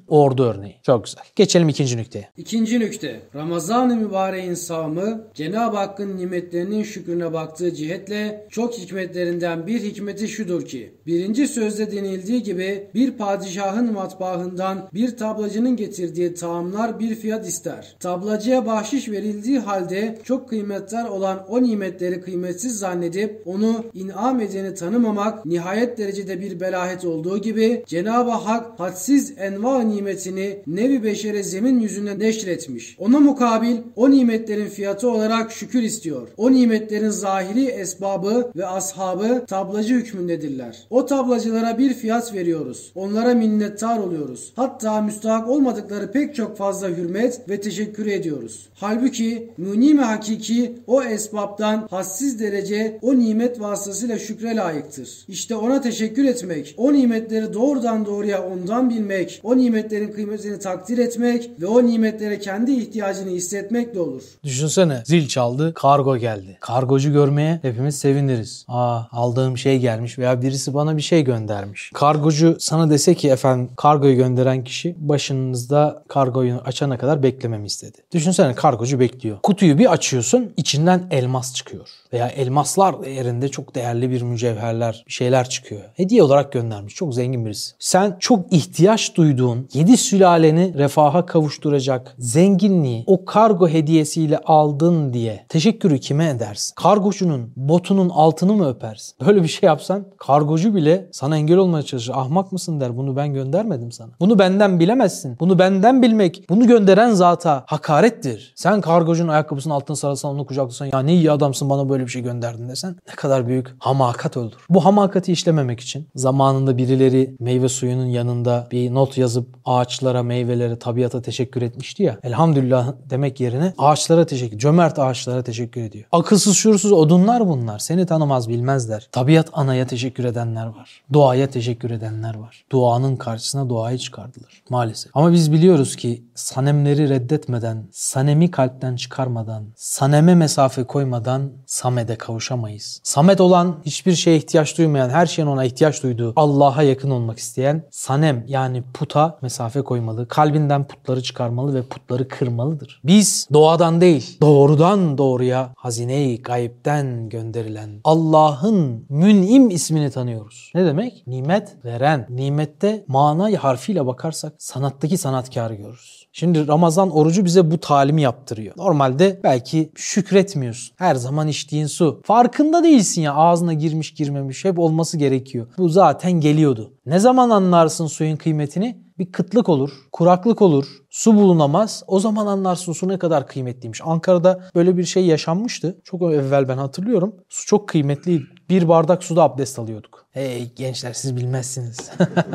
[SPEAKER 1] ordu örneği. Çok güzel. Geçelim ikinci nükteye.
[SPEAKER 3] İkinci nükte. Ramazan-ı Mübarek'in savmı Cenab-ı Hakk'ın nimetlerinin şükrüne baktığı cihetle çok hikmetlerinden bir hikmeti şudur ki, birinci sözde denildiği gibi bir padişahın matbaahından bir tablacının getirdiği taamlar bir fiyat ister. Tablacıya bahşiş verildiği halde çok kıymetli olan o nimetleri kıymetsiz zannedip onu inam edeni tanımamak nihayet derecede bir belahet olduğu gibi Cenab-ı Hak hadsiz enva nimetini nevi beşere zemin yüzünde neşretmiş. Ona mukabil o nimetlerin fiyatı olarak şükür istiyor. O nimetlerin zahiri esbabı ve ashabı tablacı hükmündedirler. O tablacılara bir fiyat veriyoruz. Onlara minnettar oluyoruz. Hatta müstahak olmadıkları pek çok fazla hürmet ve teşekkür ediyoruz. Halbuki münim-i hakiki o esbabdan hadsiz derece o nimet vasıtasıyla şükre layıktır. İşte ona teşekkür etmek, o nimetleri doğrudan doğruya ondan bilmek, o nimetlerin kıymetini takdir etmek ve o nimetlere kendi ihtiyacını hissetmekle olur.
[SPEAKER 1] Düşünsene, zil çaldı, kargo geldi. Kargocu görmeye hepimiz seviniriz. Aldığım şey gelmiş veya birisi bana bir şey göndermiş. Kargocu sana dese ki efendim kargoyu gönderen kişi başınızda kargoyu açana kadar beklememi istedi. Düşünsene, kargocu bekliyor. Kutuyu bir açıyorsun, içinden elmas çıkıyor. Veya elmaslar değerinde çok değerli bir mücevherler, bir şeyler çıkıyor. Hediye olarak göndermiş. Çok zengin birisi. Sen çok ihtiyaç duyduğun 7 sülaleni refaha kavuşturacak zenginliği o kargo hediyesiyle aldın diye teşekkürü kime edersin? Kargocunun botunun altını mı öpersin? Böyle bir şey yapsan kargocu bile sana engel olmaya çalışır. Ahmak mısın der. Bunu ben göndermedim sana. Bunu benden bilemezsin. Bunu benden bilmek, bunu gönderen zata hakarettir. Sen kargocunun ayakkabısının altına sarılsan, onu kucaklasan, ya ne iyi adamsın bana böyle bir şey gönderdin desen ne kadar büyük hamakat olur. Bu hamakati işlememek için zamanında birileri meyve suyunun yanında bir not yazıp ağaçlara, meyvelere, tabiata teşekkür etmişti ya. Elhamdülillah demek yerine ağaçlara teşekkür, cömert ağaçlara teşekkür ediyor. Akılsız şuursuz odunlar bunlar. Seni tanımaz bilmezler. Tabiat anaya teşekkür edenler var. Doğaya teşekkür edenler var. Doğanın karşısına doğayı çıkardılar maalesef. Ama biz biliyoruz ki sanemleri reddetmeden, sanemi kalpten çıkarmadan, saneme mesafe koymadan Samed'e kavuşamayız. Samed olan, hiçbir şeye ihtiyaç duymayan, her şeyin ona ihtiyaç duyduğu, Allah'a yakın olmak isteyen sanem yani puta mesafe koymalı. Kalbinden putları çıkarmalı ve putları kırmalıdır. Biz doğadan değil, doğrudan doğruya hazine-i gayipten gönderilen Allah'ın Mün'im ismini tanıyoruz. Ne demek? Nimet veren. Nimette mana harfiyle bakarsak sanattaki sanatkarı görürüz. Şimdi Ramazan orucu bize bu talimi yaptırıyor. Normalde belki şükretmiyorsun. Her zaman içtiğin su. Farkında değilsin ya, ağzına girmiş girmemiş hep olması gerekiyor. Bu zaten geliyordu. Ne zaman anlarsın suyun kıymetini? Bir kıtlık olur, kuraklık olur, su bulunamaz. O zaman anlarsın su ne kadar kıymetliymiş. Ankara'da böyle bir şey yaşanmıştı. Çok evvel ben hatırlıyorum. Su çok kıymetliydi. Bir bardak suda abdest alıyorduk. Hey gençler, siz bilmezsiniz.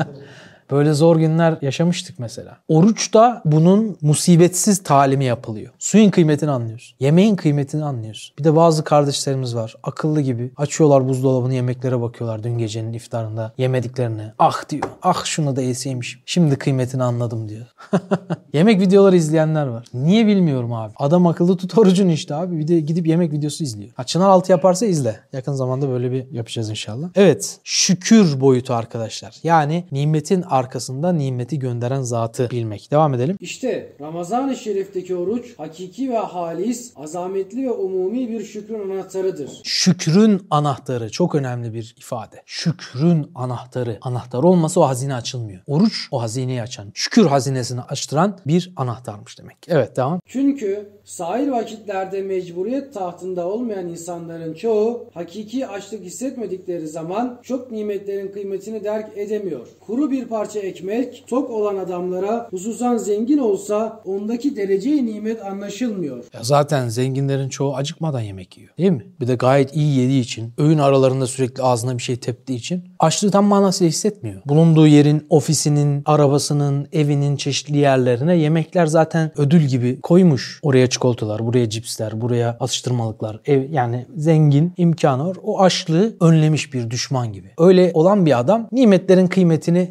[SPEAKER 1] Böyle zor günler yaşamıştık mesela. Oruçta bunun musibetsiz talimi yapılıyor. Suyun kıymetini anlıyorsun. Yemeğin kıymetini anlıyorsun. Bir de bazı kardeşlerimiz var. Akıllı gibi. Açıyorlar buzdolabını, yemeklere bakıyorlar dün gecenin iftarında yemediklerine. Ah diyor. Ah şunu da yeseymişim. Şimdi kıymetini anladım diyor. Yemek videoları izleyenler var. Niye bilmiyorum abi. Adam akıllı tut orucunu işte abi. Bir de gidip yemek videosu izliyor. Çınar altı yaparsa izle. Yakın zamanda böyle bir yapacağız inşallah. Evet. Şükür boyutu arkadaşlar. Yani nimetin arkasında nimeti gönderen zatı bilmek. Devam edelim.
[SPEAKER 3] İşte Ramazan-ı Şerif'teki oruç hakiki ve halis, azametli ve umumi bir şükrün anahtarıdır.
[SPEAKER 1] Şükrün anahtarı çok önemli bir ifade. Şükrün anahtarı. Anahtar olmasa o hazine açılmıyor. Oruç o hazineyi açan, şükür hazinesini açtıran bir anahtarmış demek. Evet, devam.
[SPEAKER 3] Çünkü sahil vakitlerde mecburiyet tahtında olmayan insanların çoğu hakiki açlık hissetmedikleri zaman çok nimetlerin kıymetini derk edemiyor. Kuru bir parça ekmek tok olan adamlara hususan zengin olsa ondaki derece-i nimet anlaşılmıyor.
[SPEAKER 1] Ya zaten zenginlerin çoğu acıkmadan yemek yiyor. Değil mi? Bir de gayet iyi yediği için, öğün aralarında sürekli ağzına bir şey teptiği için açlığı tam manasıyla hissetmiyor. Bulunduğu yerin, ofisinin, arabasının, evinin çeşitli yerlerine yemekler zaten ödül gibi koymuş. Oraya çikolatalar, buraya cipsler, buraya atıştırmalıklar. Yani zengin, imkanı var. O açlığı önlemiş bir düşman gibi. Öyle olan bir adam nimetlerin kıymetini bilmiyor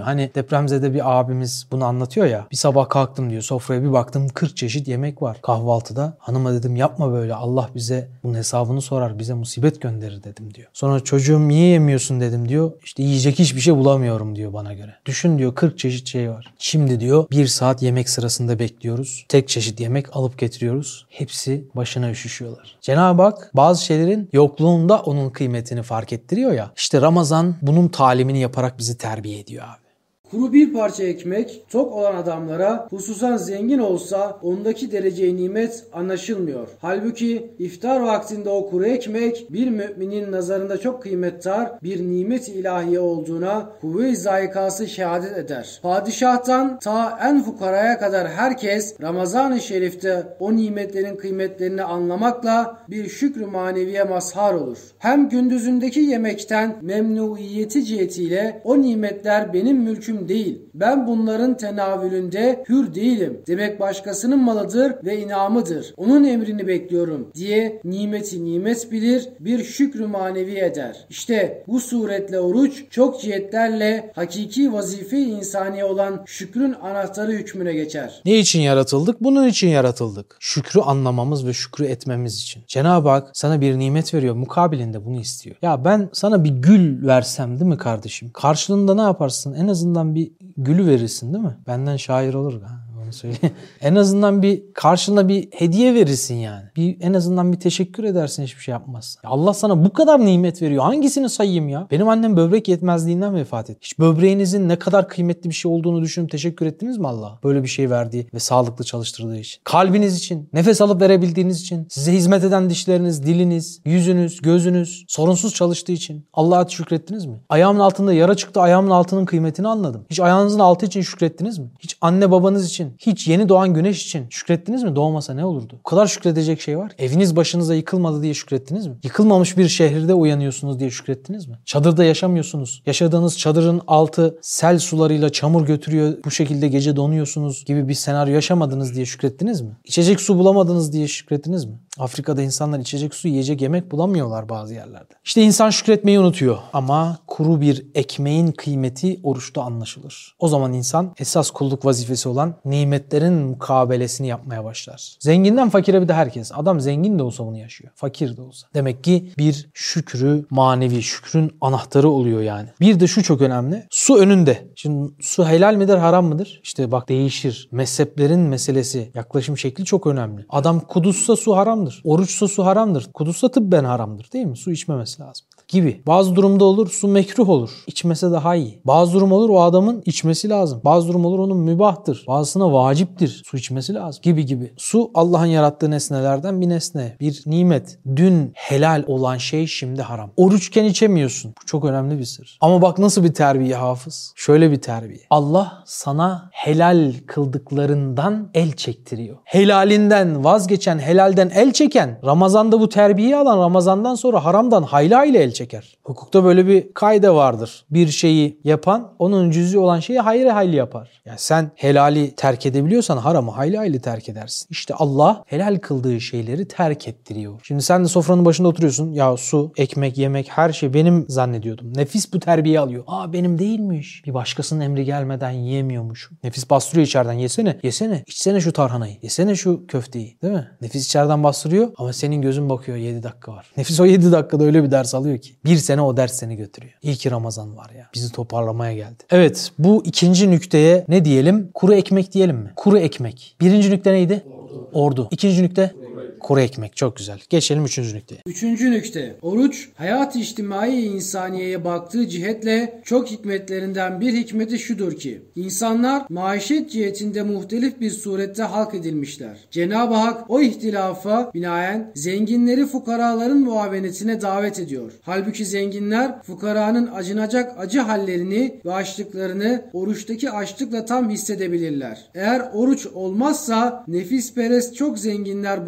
[SPEAKER 1] düşünüyor. Hani depremzede bir abimiz bunu anlatıyor ya. Bir sabah kalktım diyor, sofraya bir baktım 40 çeşit yemek var kahvaltıda. Hanıma dedim yapma böyle, Allah bize bunun hesabını sorar, bize musibet gönderir dedim diyor. Sonra çocuğum niye yemiyorsun dedim diyor. İşte yiyecek hiçbir şey bulamıyorum diyor bana göre. Düşün diyor 40 çeşit şey var. Şimdi diyor 1 saat yemek sırasında bekliyoruz. Tek çeşit yemek alıp getiriyoruz. Hepsi başına üşüşüyorlar. Cenab-ı Hak bazı şeylerin yokluğunda onun kıymetini fark ettiriyor ya. İşte Ramazan bunun talimini yaparak bizi terbiye ediyor abi.
[SPEAKER 3] Kuru bir parça ekmek tok olan adamlara hususan zengin olsa ondaki derece-i nimet anlaşılmıyor. Halbuki iftar vaktinde o kuru ekmek bir müminin nazarında çok kıymetdar bir nimet-i ilahiye olduğuna kuvve-i zayikası şehadet eder. Padişahtan ta en fukaraya kadar herkes Ramazan-ı Şerif'te o nimetlerin kıymetlerini anlamakla bir şükrü maneviye mazhar olur. Hem gündüzündeki yemekten memnuiyeti cihetiyle o nimetler benim mülküm değil. Ben bunların tenavülünde hür değilim. Demek başkasının malıdır ve inamıdır. Onun emrini bekliyorum diye nimeti nimet bilir, bir şükrü manevi eder. İşte bu suretle oruç çok cihetlerle hakiki vazife-i insani olan şükrün anahtarı hükmüne geçer.
[SPEAKER 1] Ne için yaratıldık? Bunun için yaratıldık. Şükrü anlamamız ve şükrü etmemiz için. Cenab-ı Hak sana bir nimet veriyor. Mukabilinde bunu istiyor. Ya ben sana bir gül versem değil mi kardeşim? Karşılığında ne yaparsın? En azından bir gülü verirsin değil mi? Benden şair olur. Onu söyleyeyim. En azından bir karşılığında bir hediye verirsin yani. En azından bir teşekkür edersin, hiçbir şey yapmazsın. Ya Allah sana bu kadar nimet veriyor. Hangisini sayayım ya? Benim annem böbrek yetmezliğinden vefat etti. Hiç böbreğinizin ne kadar kıymetli bir şey olduğunu düşünüp teşekkür ettiniz mi Allah'a? Böyle bir şey verdiği ve sağlıklı çalıştırdığı için. Kalbiniz için, nefes alıp verebildiğiniz için, size hizmet eden dişleriniz, diliniz, yüzünüz, gözünüz sorunsuz çalıştığı için Allah'a şükrettiniz mi? Ayağımın altında yara çıktı, ayağımın altının kıymetini anladım. Hiç ayağınızın altı için şükrettiniz mi? Hiç anne babanız için, hiç yeni doğan güneş için şükrettiniz mi? Doğmasa ne olurdu? O kadar şükredecek şey var. Eviniz başınıza yıkılmadı diye şükrettiniz mi? Yıkılmamış bir şehirde uyanıyorsunuz diye şükrettiniz mi? Çadırda yaşamıyorsunuz. Yaşadığınız çadırın altı sel sularıyla çamur götürüyor. Bu şekilde gece donuyorsunuz gibi bir senaryo yaşamadınız diye şükrettiniz mi? İçecek su bulamadınız diye şükrettiniz mi? Afrika'da insanlar içecek su, yiyecek yemek bulamıyorlar bazı yerlerde. İşte insan şükretmeyi unutuyor. Ama kuru bir ekmeğin kıymeti oruçta anlaşılır. O zaman insan esas kulluk vazifesi olan nimetlerin mukabelesini yapmaya başlar. Zenginden fakire bir de herkes. Adam zengin de olsa bunu yaşıyor. Fakir de olsa. Demek ki bir şükrü manevi, şükrün anahtarı oluyor yani. Bir de şu çok önemli. Su önünde. Şimdi su helal midir, haram mıdır? İşte bak değişir. Mezheplerin meselesi, yaklaşım şekli çok önemli. Adam kudussa su haramdır. Oruçsa su haramdır. Kudussa tıbben haramdır değil mi? Su içmemesi lazım. Gibi. Bazı durumda olur su mekruh olur. İçmese daha iyi. Bazı durum olur o adamın içmesi lazım. Bazı durum olur onun mübahtır. Bazısına vaciptir. Su içmesi lazım. Gibi. Su Allah'ın yarattığı nesnelerden bir nesne. Bir nimet. Dün helal olan şey şimdi haram. Oruçken içemiyorsun. Bu çok önemli bir sır. Ama bak nasıl bir terbiye Hafız. Şöyle bir terbiye. Allah sana helal kıldıklarından el çektiriyor. Helalinden vazgeçen, helalden el çeken, Ramazan'da bu terbiyeyi alan Ramazan'dan sonra haramdan hayla ile el çeker. Hukukta böyle bir kaide vardır. Bir şeyi yapan onun cüz'i olan şeyi hayli yapar. Yani sen helali terk edebiliyorsan haramı hayli terk edersin. İşte Allah helal kıldığı şeyleri terk ettiriyor. Şimdi sen de sofranın başında oturuyorsun. Ya su, ekmek, yemek her şey benim zannediyordum. Nefis bu terbiye alıyor. Benim değilmiş. Bir başkasının emri gelmeden yiyemiyormuşum. Nefis bastırıyor içeriden. Yesene. İçsene şu tarhanayı. Yesene şu köfteyi. Değil mi? Nefis içeriden bastırıyor ama senin gözün bakıyor 7 dakika var. Nefis o 7 dakikada öyle bir ders alıyor ki. Bir sene o ders seni götürüyor. İyi ki Ramazan var ya. Bizi toparlamaya geldi. Evet, bu ikinci nükteye ne diyelim? Kuru ekmek diyelim mi? Kuru ekmek. Birinci nükte neydi? Ordu. İkinci nükte? Kuru ekmek. Çok güzel. Geçelim üçüncü nükteye.
[SPEAKER 3] Üçüncü nükte. Oruç, hayat-ı içtimai insaniyeye baktığı cihetle çok hikmetlerinden bir hikmeti şudur ki, insanlar maişet cihetinde muhtelif bir surette halk edilmişler. Cenab-ı Hak o ihtilafa binaen zenginleri fukaraların muavenetine davet ediyor. Halbuki zenginler fukaranın acınacak acı hallerini ve açlıklarını oruçtaki açlıkla tam hissedebilirler. Eğer oruç olmazsa nefisperest çok zenginler bulunabilir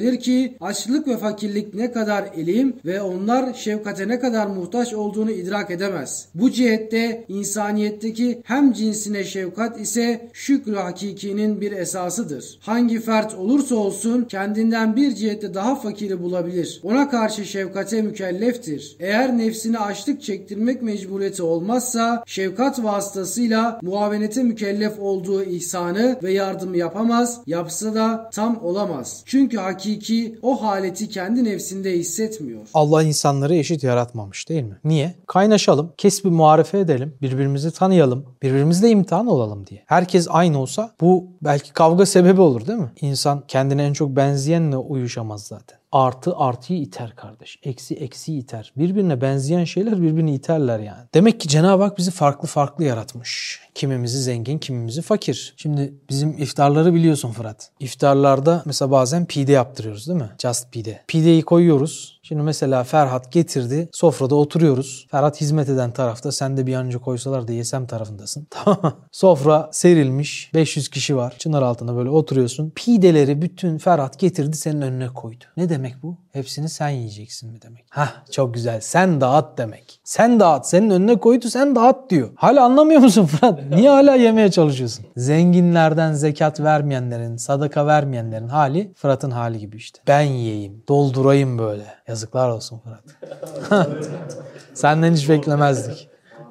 [SPEAKER 3] olabilir ki açlık ve fakirlik ne kadar elim ve onlar şefkate ne kadar muhtaç olduğunu idrak edemez. Bu cihette insaniyetteki hem cinsine şefkat ise şükrü hakikinin bir esasıdır. Hangi fert olursa olsun kendinden bir cihette daha fakiri bulabilir. Ona karşı şefkate mükelleftir. Eğer nefsine açlık çektirmek mecburiyeti olmazsa şefkat vasıtasıyla muavenete mükellef olduğu ihsanı ve yardımı yapamaz, yapsa da tam olamaz. Çünkü hakiki o haleti kendi nefsinde hissetmiyor.
[SPEAKER 1] Allah insanları eşit yaratmamış değil mi? Niye? Kaynaşalım, kesbi muarefe edelim, birbirimizi tanıyalım, birbirimizle imtihan olalım diye. Herkes aynı olsa bu belki kavga sebebi olur değil mi? İnsan kendine en çok benzeyenle uyuşamaz zaten. Artı artıyı iter kardeş. Eksi eksiyi iter. Birbirine benzeyen şeyler birbirini iterler yani. Demek ki Cenab-ı Hak bizi farklı farklı yaratmış. Kimimizi zengin, kimimizi fakir. Şimdi bizim iftarları biliyorsun Fırat. İftarlarda mesela bazen pide yaptırıyoruz değil mi? Just pide. Pideyi koyuyoruz. Şimdi mesela Ferhat getirdi. Sofrada oturuyoruz. Ferhat hizmet eden tarafta. Sen de bir an önce koysalar da yesem tarafındasın. Tamam. Sofra serilmiş. 500 kişi var. Çınar altında böyle oturuyorsun. Pideleri bütün Ferhat getirdi senin önüne koydu. Ne demek bu? Hepsini sen yiyeceksin mi demek? Hah çok güzel. Sen dağıt demek. Sen dağıt. Senin önüne koydu sen dağıt diyor. Hala anlamıyor musun Fırat? Niye hala yemeye çalışıyorsun? Zenginlerden zekat vermeyenlerin, sadaka vermeyenlerin hali Fırat'ın hali gibi işte. Ben yiyeyim, doldurayım böyle. Yazıklar olsun Fırat. Senden hiç beklemezdik.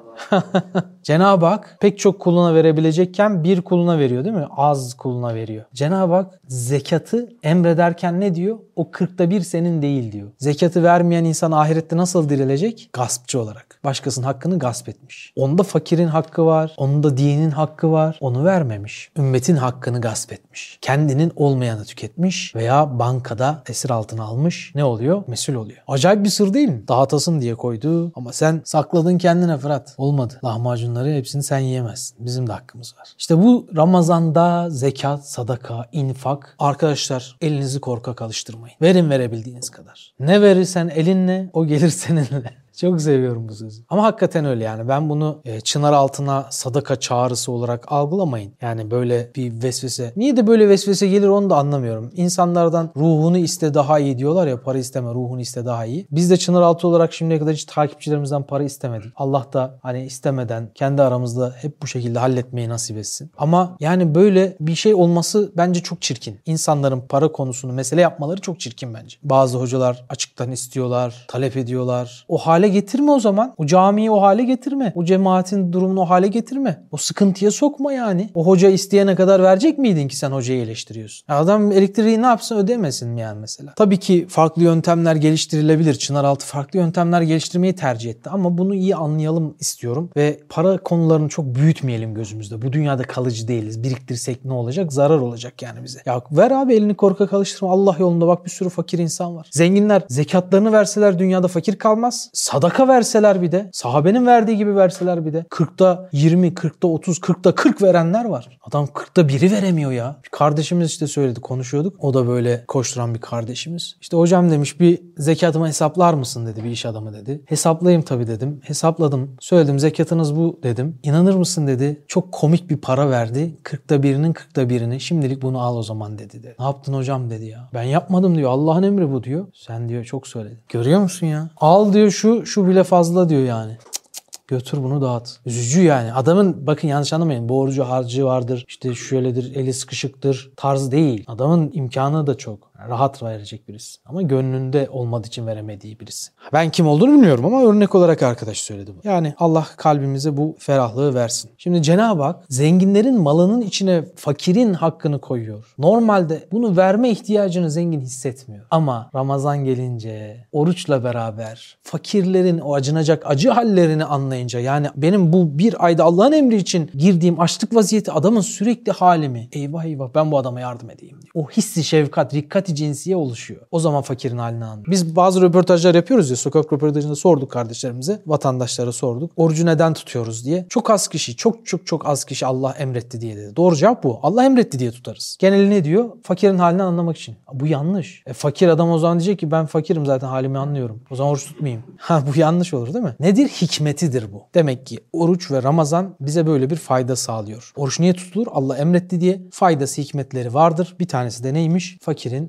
[SPEAKER 1] Cenab-ı Hak pek çok kuluna verebilecekken bir kuluna veriyor değil mi? Az kuluna veriyor. Cenab-ı Hak zekatı emrederken ne diyor? O 40'ta bir senin değil diyor. Zekatı vermeyen insan ahirette nasıl dirilecek? Gaspçı olarak. Başkasının hakkını gasp etmiş. Onda fakirin hakkı var. Onda dinin hakkı var. Onu vermemiş. Ümmetin hakkını gasp etmiş. Kendinin olmayanı tüketmiş veya bankada esir altına almış. Ne oluyor? Mesul oluyor. Acayip bir sır değil mi? Dağıtasın diye koydu ama sen sakladın kendine Fırat. Olmadı. Lahmacunları hepsini sen yiyemezsin. Bizim de hakkımız var. İşte bu Ramazan'da zekat, sadaka, infak. Arkadaşlar elinizi korkak alıştırmayın. Verin verebildiğiniz kadar. Ne verirsen elinle o gelir seninle. Çok seviyorum bu sözü. Ama hakikaten öyle yani. Ben bunu çınar altına sadaka çağrısı olarak algılamayın. Yani böyle bir vesvese. Niye de böyle vesvese gelir onu da anlamıyorum. İnsanlardan ruhunu iste daha iyi diyorlar ya, para isteme ruhunu iste daha iyi. Biz de çınar altı olarak şimdiye kadar hiç takipçilerimizden para istemedik. Allah da hani istemeden kendi aramızda hep bu şekilde halletmeyi nasip etsin. Ama yani böyle bir şey olması bence çok çirkin. İnsanların para konusunu mesele yapmaları çok çirkin bence. Bazı hocalar açıktan istiyorlar, talep ediyorlar. O hale getirme o zaman. O camiyi o hale getirme. O cemaatin durumunu o hale getirme. O sıkıntıya sokma yani. O hoca isteyene kadar verecek miydin ki sen hocayı eleştiriyorsun? Adam elektriği ne yapsın ödemesin mi yani mesela? Tabii ki farklı yöntemler geliştirilebilir. Çınaraltı farklı yöntemler geliştirmeyi tercih etti. Ama bunu iyi anlayalım istiyorum. Ve para konularını çok büyütmeyelim gözümüzde. Bu dünyada kalıcı değiliz. Biriktirsek ne olacak? Zarar olacak yani bize. Ya ver abi elini korkak alıştırma. Allah yolunda bak bir sürü fakir insan var. Zenginler zekatlarını verseler dünyada fakir kalmaz. Sadaka verseler bir de, sahabenin verdiği gibi verseler bir de 40'ta 20, 40'ta 30, 40'ta 40 verenler var. Adam 40'ta 1'i veremiyor ya. Bir kardeşimiz işte söyledi, konuşuyorduk. O da böyle koşturan bir kardeşimiz. İşte hocam demiş bir zekatımı hesaplar mısın dedi bir iş adamı dedi. Hesaplayayım tabii dedim. Hesapladım. Söyledim zekatınız bu dedim. İnanır mısın dedi. Çok komik bir para verdi. 40'ta 1'inin 40'ta 1'ini. Şimdilik bunu al o zaman dedi. Ne yaptın hocam dedi ya. Ben yapmadım diyor. Allah'ın emri bu diyor. Sen diyor çok söyledin. Görüyor musun ya? Al diyor şu bile fazla diyor yani. Götür bunu dağıt. Üzücü yani. Adamın bakın yanlış anlamayın. Borcu harcı vardır. İşte şöyledir. Eli sıkışıktır. Tarz değil. Adamın imkanı da çok. Rahat verecek birisi. Ama gönlünde olmadığı için veremediği birisi. Ben kim olduğunu bilmiyorum ama örnek olarak arkadaş söyledi bu. Yani Allah kalbimize bu ferahlığı versin. Şimdi Cenab-ı Hak zenginlerin malının içine fakirin hakkını koyuyor. Normalde bunu verme ihtiyacını zengin hissetmiyor. Ama Ramazan gelince oruçla beraber fakirlerin o acınacak acı hallerini anlayınca yani benim bu bir ayda Allah'ın emri için girdiğim açlık vaziyeti adamın sürekli halimi. Eyvah eyvah ben bu adama yardım edeyim diyor. O hissi şefkat, rikkati cinsiye oluşuyor. O zaman fakirin halini anlıyor. Biz bazı röportajlar yapıyoruz ya, sokak röportajında sorduk kardeşlerimize, vatandaşlara sorduk. Orucu neden tutuyoruz diye. Çok az kişi, çok az kişi Allah emretti diye dedi. Doğru cevap bu. Allah emretti diye tutarız. Geneli ne diyor? Fakirin halini anlamak için. Bu yanlış. Fakir adam o zaman diyecek ki ben fakirim zaten halimi anlıyorum. O zaman oruç tutmayayım. Bu yanlış olur değil mi? Nedir? Hikmetidir bu. Demek ki oruç ve Ramazan bize böyle bir fayda sağlıyor. Oruç niye tutulur? Allah emretti diye. Faydası, hikmetleri vardır. Bir tanesi de neymiş? Fakirin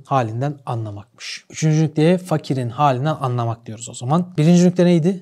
[SPEAKER 1] halinden anlamakmış. Üçüncü nükteye fakirin halinden anlamak diyoruz o zaman. Birinci nükte neydi?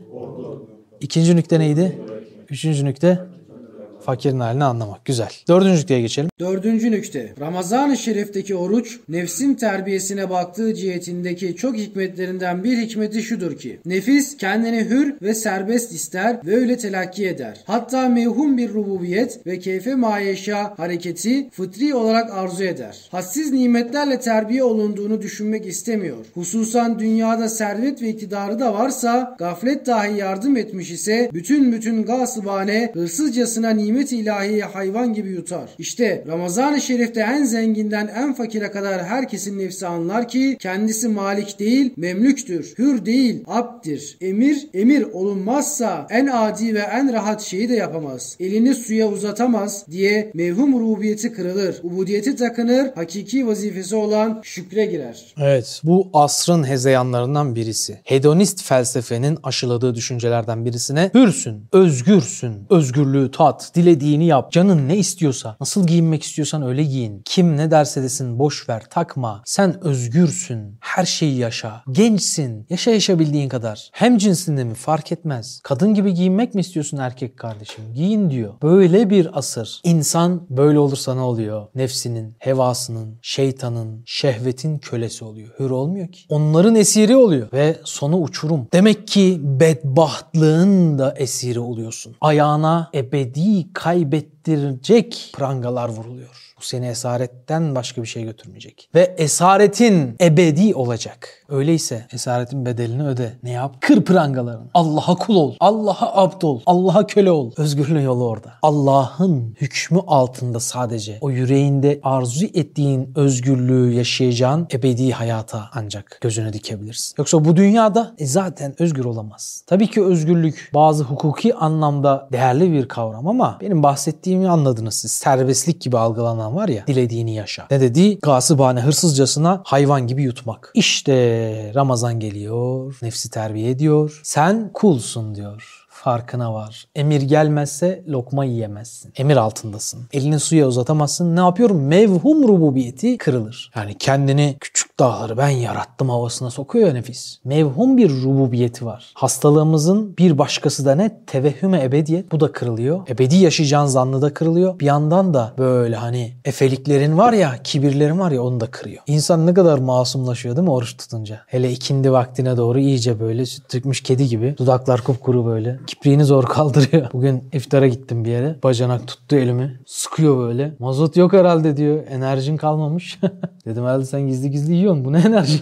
[SPEAKER 1] İkinci nükte neydi? Üçüncü nükte fakirin halini anlamak. Güzel. Dördüncü nükteye geçelim.
[SPEAKER 3] Dördüncü nükte. Ramazan-ı Şerif'teki oruç, nefsin terbiyesine baktığı cihetindeki çok hikmetlerinden bir hikmeti şudur ki, nefis kendini hür ve serbest ister ve öyle telakki eder. Hatta mevhum bir rububiyet ve keyfe mayeşa hareketi fıtri olarak arzu eder. Hadsiz nimetlerle terbiye olunduğunu düşünmek istemiyor. Hususan dünyada servet ve iktidarı da varsa, gaflet dahi yardım etmiş ise, bütün gasıbane, hırsızcasına nimet-i ilahiye hayvan gibi yutar. İşte Ramazan-ı Şerif'te en zenginden en fakire kadar herkesin nefsi anlar ki kendisi malik değil, memlüktür. Hür değil, abddir. Emir olunmazsa en adi ve en rahat şeyi de yapamaz. Elini suya uzatamaz diye mevhum rububiyeti kırılır. Ubudiyeti takınır, hakiki vazifesi olan şükre girer.
[SPEAKER 1] Evet, bu asrın hezeyanlarından birisi. Hedonist felsefenin aşıladığı düşüncelerden birisine hürsün, özgürsün, özgürlüğü tat, dilediğini yap, canın ne istiyorsa, nasıl giyinmek istiyorsan öyle giyin. Kim ne derse desin boş ver, takma. Sen özgürsün, her şeyi yaşa. Gençsin, yaşayabildiğin kadar. Hem cinsinde mi fark etmez. Kadın gibi giyinmek mi istiyorsun erkek kardeşim? Giyin diyor. Böyle bir asır. İnsan böyle olursa ne oluyor? Nefsinin, hevasının, şeytanın, şehvetin kölesi oluyor. Hür olmuyor ki. Onların esiri oluyor ve sonu uçurum. Demek ki bedbahtlığın da esiri oluyorsun. Ayağına ebedi kaybettirecek prangalar vuruluyor. Bu seni esaretten başka bir şey götürmeyecek. Ve esaretin ebedi olacak. Öyleyse esaretin bedelini öde. Ne yap? Kır prangalarını. Allah'a kul ol. Allah'a abd ol. Allah'a köle ol. Özgürlüğün yolu orada. Allah'ın hükmü altında sadece o yüreğinde arzu ettiğin özgürlüğü yaşayacağın ebedi hayata ancak gözüne dikebilirsin. Yoksa bu dünyada zaten özgür olamaz. Tabii ki özgürlük bazı hukuki anlamda değerli bir kavram ama benim bahsettiğimi anladınız siz. Serbestlik gibi algılanan var ya, dilediğini yaşa. Ne dedi? Gasıbane, hırsızcasına hayvan gibi yutmak. İşte Ramazan geliyor, nefsi terbiye ediyor. Sen kulsun diyor. Farkına var. Emir gelmezse lokma yiyemezsin. Emir altındasın. Elini suya uzatamazsın. Ne yapıyorum? Mevhum rububiyeti kırılır. Yani kendini küçük dağları ben yarattım havasına sokuyor ya nefis. Mevhum bir rububiyeti var. Hastalığımızın bir başkası da ne? Tevehhüme ebediyet. Bu da kırılıyor. Ebedi yaşayacağın zannı da kırılıyor. Bir yandan da böyle hani efeliklerin var ya, kibirlerin var ya, onu da kırıyor. İnsan ne kadar masumlaşıyor değil mi oruç tutunca? Hele ikindi vaktine doğru iyice böyle süt dökmüş kedi gibi. Dudaklar kupkuru böyle. Kipriğini zor kaldırıyor. Bugün iftara gittim bir yere. Bacanak tuttu elimi. Sıkıyor böyle. Mazot yok herhalde diyor. Enerjin kalmamış. Dedim herhalde sen gizli gizli yiyorsun. Bu ne enerji?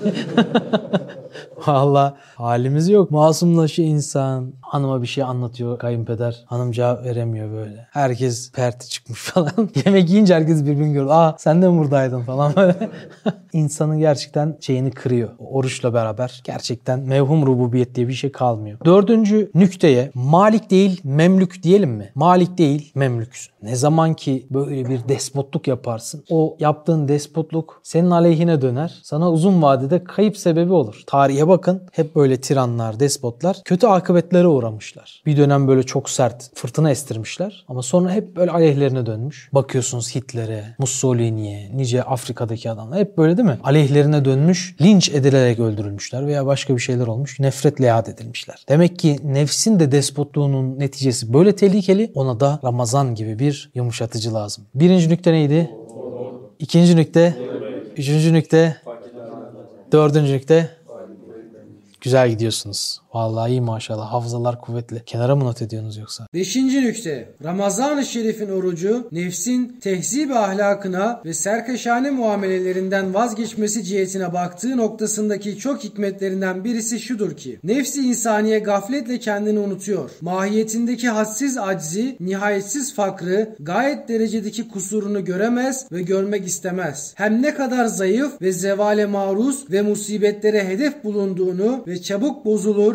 [SPEAKER 1] Vallahi halimiz yok. Masumlaşıyor insan. Hanıma bir şey anlatıyor kayınpeder. Hanım cevap veremiyor böyle. Herkes perti çıkmış falan. Yemek yiyince herkes birbirini görüyor. Aa sen de mi buradaydın falan böyle. İnsanın gerçekten şeyini kırıyor. Oruçla beraber gerçekten mevhum rububiyet diye bir şey kalmıyor. Dördüncü nükteye malik değil memlük diyelim mi? Malik değil memlüksün. Ne zaman ki böyle bir despotluk yaparsın, o yaptığın despotluk senin aleyhine döner. Sana uzun vadede kayıp sebebi olur. Tarihe bakın, hep böyle tiranlar, despotlar kötü akıbetlere uğramışlar. Bir dönem böyle çok sert fırtına estirmişler ama sonra hep böyle aleyhlerine dönmüş. Bakıyorsunuz Hitler'e, Mussolini'ye, nice Afrika'daki adamlar hep böyle değil mi? Aleyhlerine dönmüş, linç edilerek öldürülmüşler veya başka bir şeyler olmuş, nefretle yad edilmişler. Demek ki nefsin de despotluğunun neticesi böyle tehlikeli. Ona da Ramazan gibi bir yumuşatıcı lazım. Birinci nükte neydi? İkinci nükte? Üçüncü nükte? Dördüncü nükte? Güzel gidiyorsunuz. Vallahi iyi maşallah. Hafızalar kuvvetli. Kenara mı not ediyorsunuz yoksa?
[SPEAKER 3] Beşinci nükte. Ramazan-ı Şerif'in orucu nefsin tehzib ahlakına ve serkeşane muamelelerinden vazgeçmesi cihetine baktığı noktasındaki çok hikmetlerinden birisi şudur ki nefsi insaniye gafletle kendini unutuyor. Mahiyetindeki hadsiz aczi, nihayetsiz fakrı, gayet derecedeki kusurunu göremez ve görmek istemez. Hem ne kadar zayıf ve zevale maruz ve musibetlere hedef bulunduğunu ve çabuk bozulur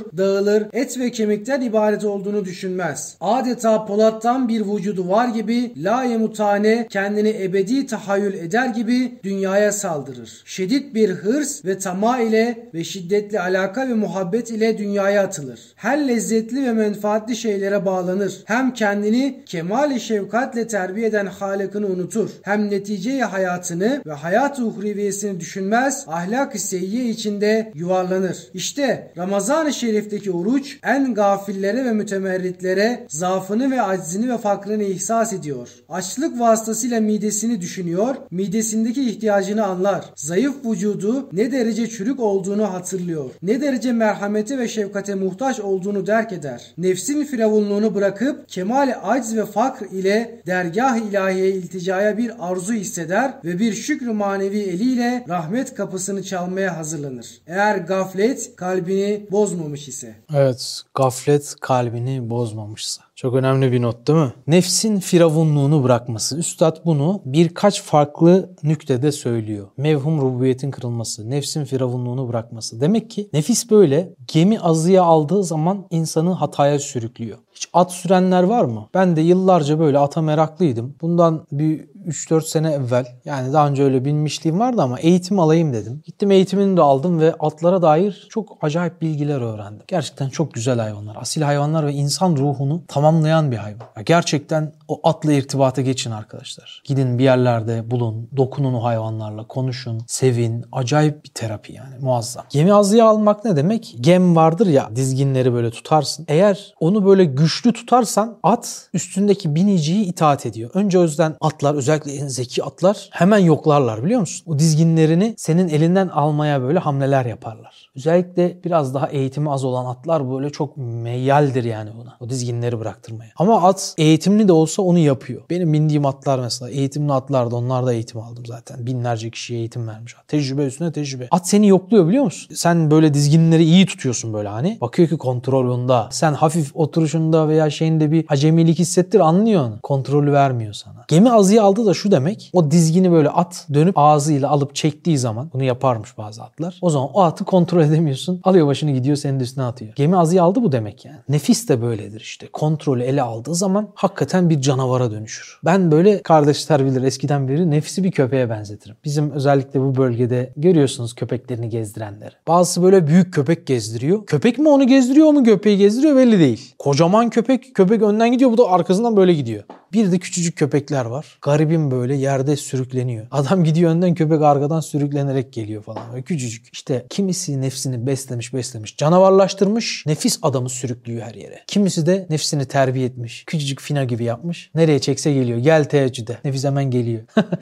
[SPEAKER 3] dağılır, et ve kemikten ibaret olduğunu düşünmez. Adeta polattan bir vücudu var gibi la yemutane kendini ebedi tahayyül eder gibi dünyaya saldırır. Şiddet bir hırs ve tamah ile ve şiddetli alaka ve muhabbet ile dünyaya atılır. Her lezzetli ve menfaatli şeylere bağlanır. Hem kendini kemal-i şefkatle terbiye eden Halık'ını unutur. Hem netice-i hayatını ve hayat-ı uhriviyesini düşünmez, ahlak-ı seyyiye içinde yuvarlanır. İşte Ramazan-ı Şerif'teki oruç en gafillere ve mütemerritlere zaafını ve aczini ve fakrını ihsas ediyor. Açlık vasıtasıyla midesini düşünüyor, midesindeki ihtiyacını anlar. Zayıf vücudu ne derece çürük olduğunu hatırlıyor. Ne derece merhamete ve şefkate muhtaç olduğunu derk eder. Nefsin firavunluğunu bırakıp kemal-i acz ve fakr ile dergâh-ı ilahiye ilticaya bir arzu hisseder ve bir şükrü manevi eliyle rahmet kapısını çalmaya hazırlanır. Eğer gaflet kalbini bozmamış ise.
[SPEAKER 1] Evet, gaflet kalbini bozmamışsa. Çok önemli bir not değil mi? Nefsin firavunluğunu bırakması. Üstad bunu birkaç farklı nüktede söylüyor. Mevhum rububiyetin kırılması, nefsin firavunluğunu bırakması. Demek ki nefis böyle gemi azıya aldığı zaman insanı hataya sürüklüyor. Hiç at sürenler var mı? Ben de yıllarca böyle ata meraklıydım. Bundan bir 3-4 sene evvel, yani daha önce öyle binmişliğim vardı ama eğitim alayım dedim. Gittim, eğitimini de aldım ve atlara dair çok acayip bilgiler öğrendim. Gerçekten çok güzel hayvanlar. Asil hayvanlar ve insan ruhunu tamamlayan bir hayvan. Ya gerçekten o atla irtibata geçin arkadaşlar. Gidin bir yerlerde bulun, dokunun o hayvanlarla, konuşun, sevin. Acayip bir terapi yani, muazzam. Gemi azıya almak ne demek? Gem vardır ya, dizginleri böyle tutarsın. Eğer onu böyle güçlü tutarsan at üstündeki biniciyi itaat ediyor. Önce o yüzden atlar, özellikle en zeki atlar hemen yoklarlar, biliyor musun? O dizginlerini senin elinden almaya böyle hamleler yaparlar. Özellikle biraz daha eğitimi az olan atlar böyle çok meyyaldir yani buna. O dizginleri bıraktırmaya. Ama at eğitimli de olsa onu yapıyor. Benim bindiğim atlar mesela eğitimli atlardı. Onlar da eğitim aldım zaten. Binlerce kişiye eğitim vermiş. Tecrübe üstüne tecrübe. At seni yokluyor, biliyor musun? Sen böyle dizginleri iyi tutuyorsun böyle hani. Bakıyor ki kontrol onda. Sen hafif oturuşunda veya şeyinde bir acemilik hissettir, anlıyor onu. Kontrolü vermiyor sana. Gemi azıya aldı da şu demek. O dizgini böyle at dönüp ağzıyla alıp çektiği zaman, bunu yaparmış bazı atlar. O zaman o atı kontrol edemiyorsun. Alıyor başını gidiyor, senin de üstüne atıyor. Gemi azıya aldı bu demek yani. Nefis de böyledir işte. Kontrolü ele aldığı zaman hakikaten bir canavara dönüşür. Ben böyle, kardeşler bilir, eskiden beri nefsi bir köpeğe benzetirim. Bizim özellikle bu bölgede görüyorsunuz köpeklerini gezdirenleri. Bazısı böyle büyük köpek gezdiriyor. Köpek mi onu gezdiriyor, o mu köpeği gezdiriyor belli değil. Kocaman köpek önden gidiyor, bu da arkasından böyle gidiyor. Bir de küçücük köpekler var. Garibim böyle yerde sürükleniyor. Adam gidiyor önden, köpek arkadan sürüklenerek geliyor falan. Böyle küçücük. İşte kimisi nefsini beslemiş. Canavarlaştırmış. Nefis adamı sürüklüyor her yere. Kimisi de nefsini terbiye etmiş. Küçücük fina gibi yapmış. Nereye çekse geliyor. Gel teheccüde. Nefis hemen geliyor.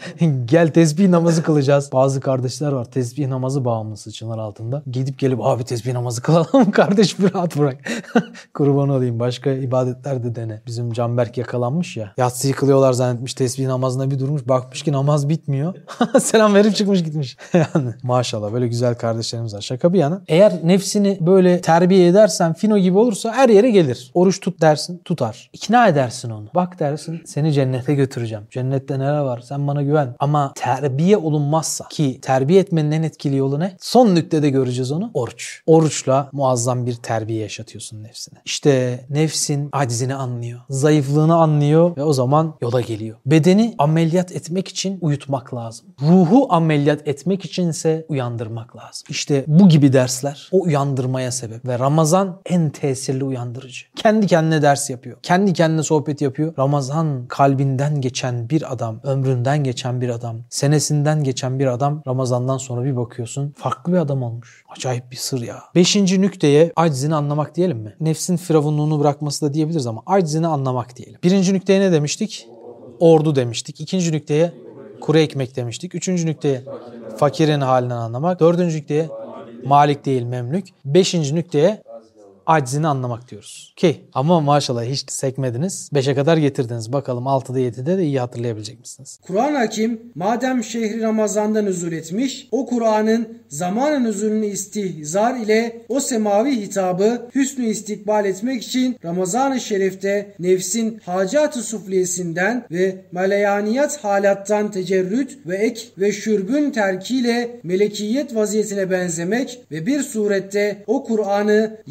[SPEAKER 1] Gel tesbih namazı kılacağız. Bazı kardeşler var. Tesbih namazı bağımlısı çınar altında. Gidip gelip abi tesbih namazı kılalım kardeş, bir rahat bırak. Kurban olayım. Başka ibadetler de dene. Bizim Canberk yakalanmış ya. Yatsıyı kılıyorlar zannetmiş, tesbih namazına bir durmuş. Bakmış ki namaz bitmiyor. Selam verip çıkmış gitmiş. Yani maşallah böyle güzel kardeşlerimiz var. Şaka bir yana. Eğer nefsini böyle terbiye edersen, fino gibi olursa her yere gelir. Oruç tut dersin, tutar. İkna edersin onu. Bak dersin, seni cennete götüreceğim. Cennette neler var, sen bana güven. Ama terbiye olunmazsa, ki terbiye etmenin en etkili yolu ne? Son nüktede göreceğiz onu. Oruç. Oruçla muazzam bir terbiye yaşatıyorsun nefsine. İşte nefsin acizini anlıyor. Zayıflığını anlıyor ve o zaman yola geliyor. Bedeni ameliyat etmek için uyutmak lazım. Ruhu ameliyat etmek içinse uyandırmak lazım. İşte bu gibi dersler o uyandırmaya sebep ve Ramazan en tesirli uyandırıcı. Kendi kendine ders yapıyor. Kendi kendine sohbet yapıyor. Ramazan kalbinden geçen bir adam, ömründen geçen bir adam, senesinden geçen bir adam Ramazandan sonra bir bakıyorsun farklı bir adam olmuş. Acayip bir sır ya. 5. nükteye aczini anlamak diyelim mi? Nefsin firavunluğunu bırakması da diyebiliriz ama aczini anlamak diyelim. 1. nükteye ne demiştik? Ordu demiştik. 2. nükteye kuru ekmek demiştik. 3. nükteye fakirin halinden anlamak. 4. nükteye malik değil memlük. 5. nükteye aczini anlamak diyoruz. Ki ama maşallah hiç sekmediniz. 5'e kadar getirdiniz. Bakalım 6'da 7'de de iyi hatırlayabilecek misiniz?
[SPEAKER 3] Kur'an-ı Hakim madem şehri Ramazan'da nüzul etmiş, o Kur'an'ın zamanı nüzulünü istihzar ile o semavi hitabı hüsnü istikbal etmek için Ramazan-ı Şerif'te nefsin hacat-ı sufliyesinden ve meleyaniyat halattan tecerrüt ve ek ve şürbün terkiyle melekiyet vaziyetine benzemek ve bir surette o Kur'an'ı yeni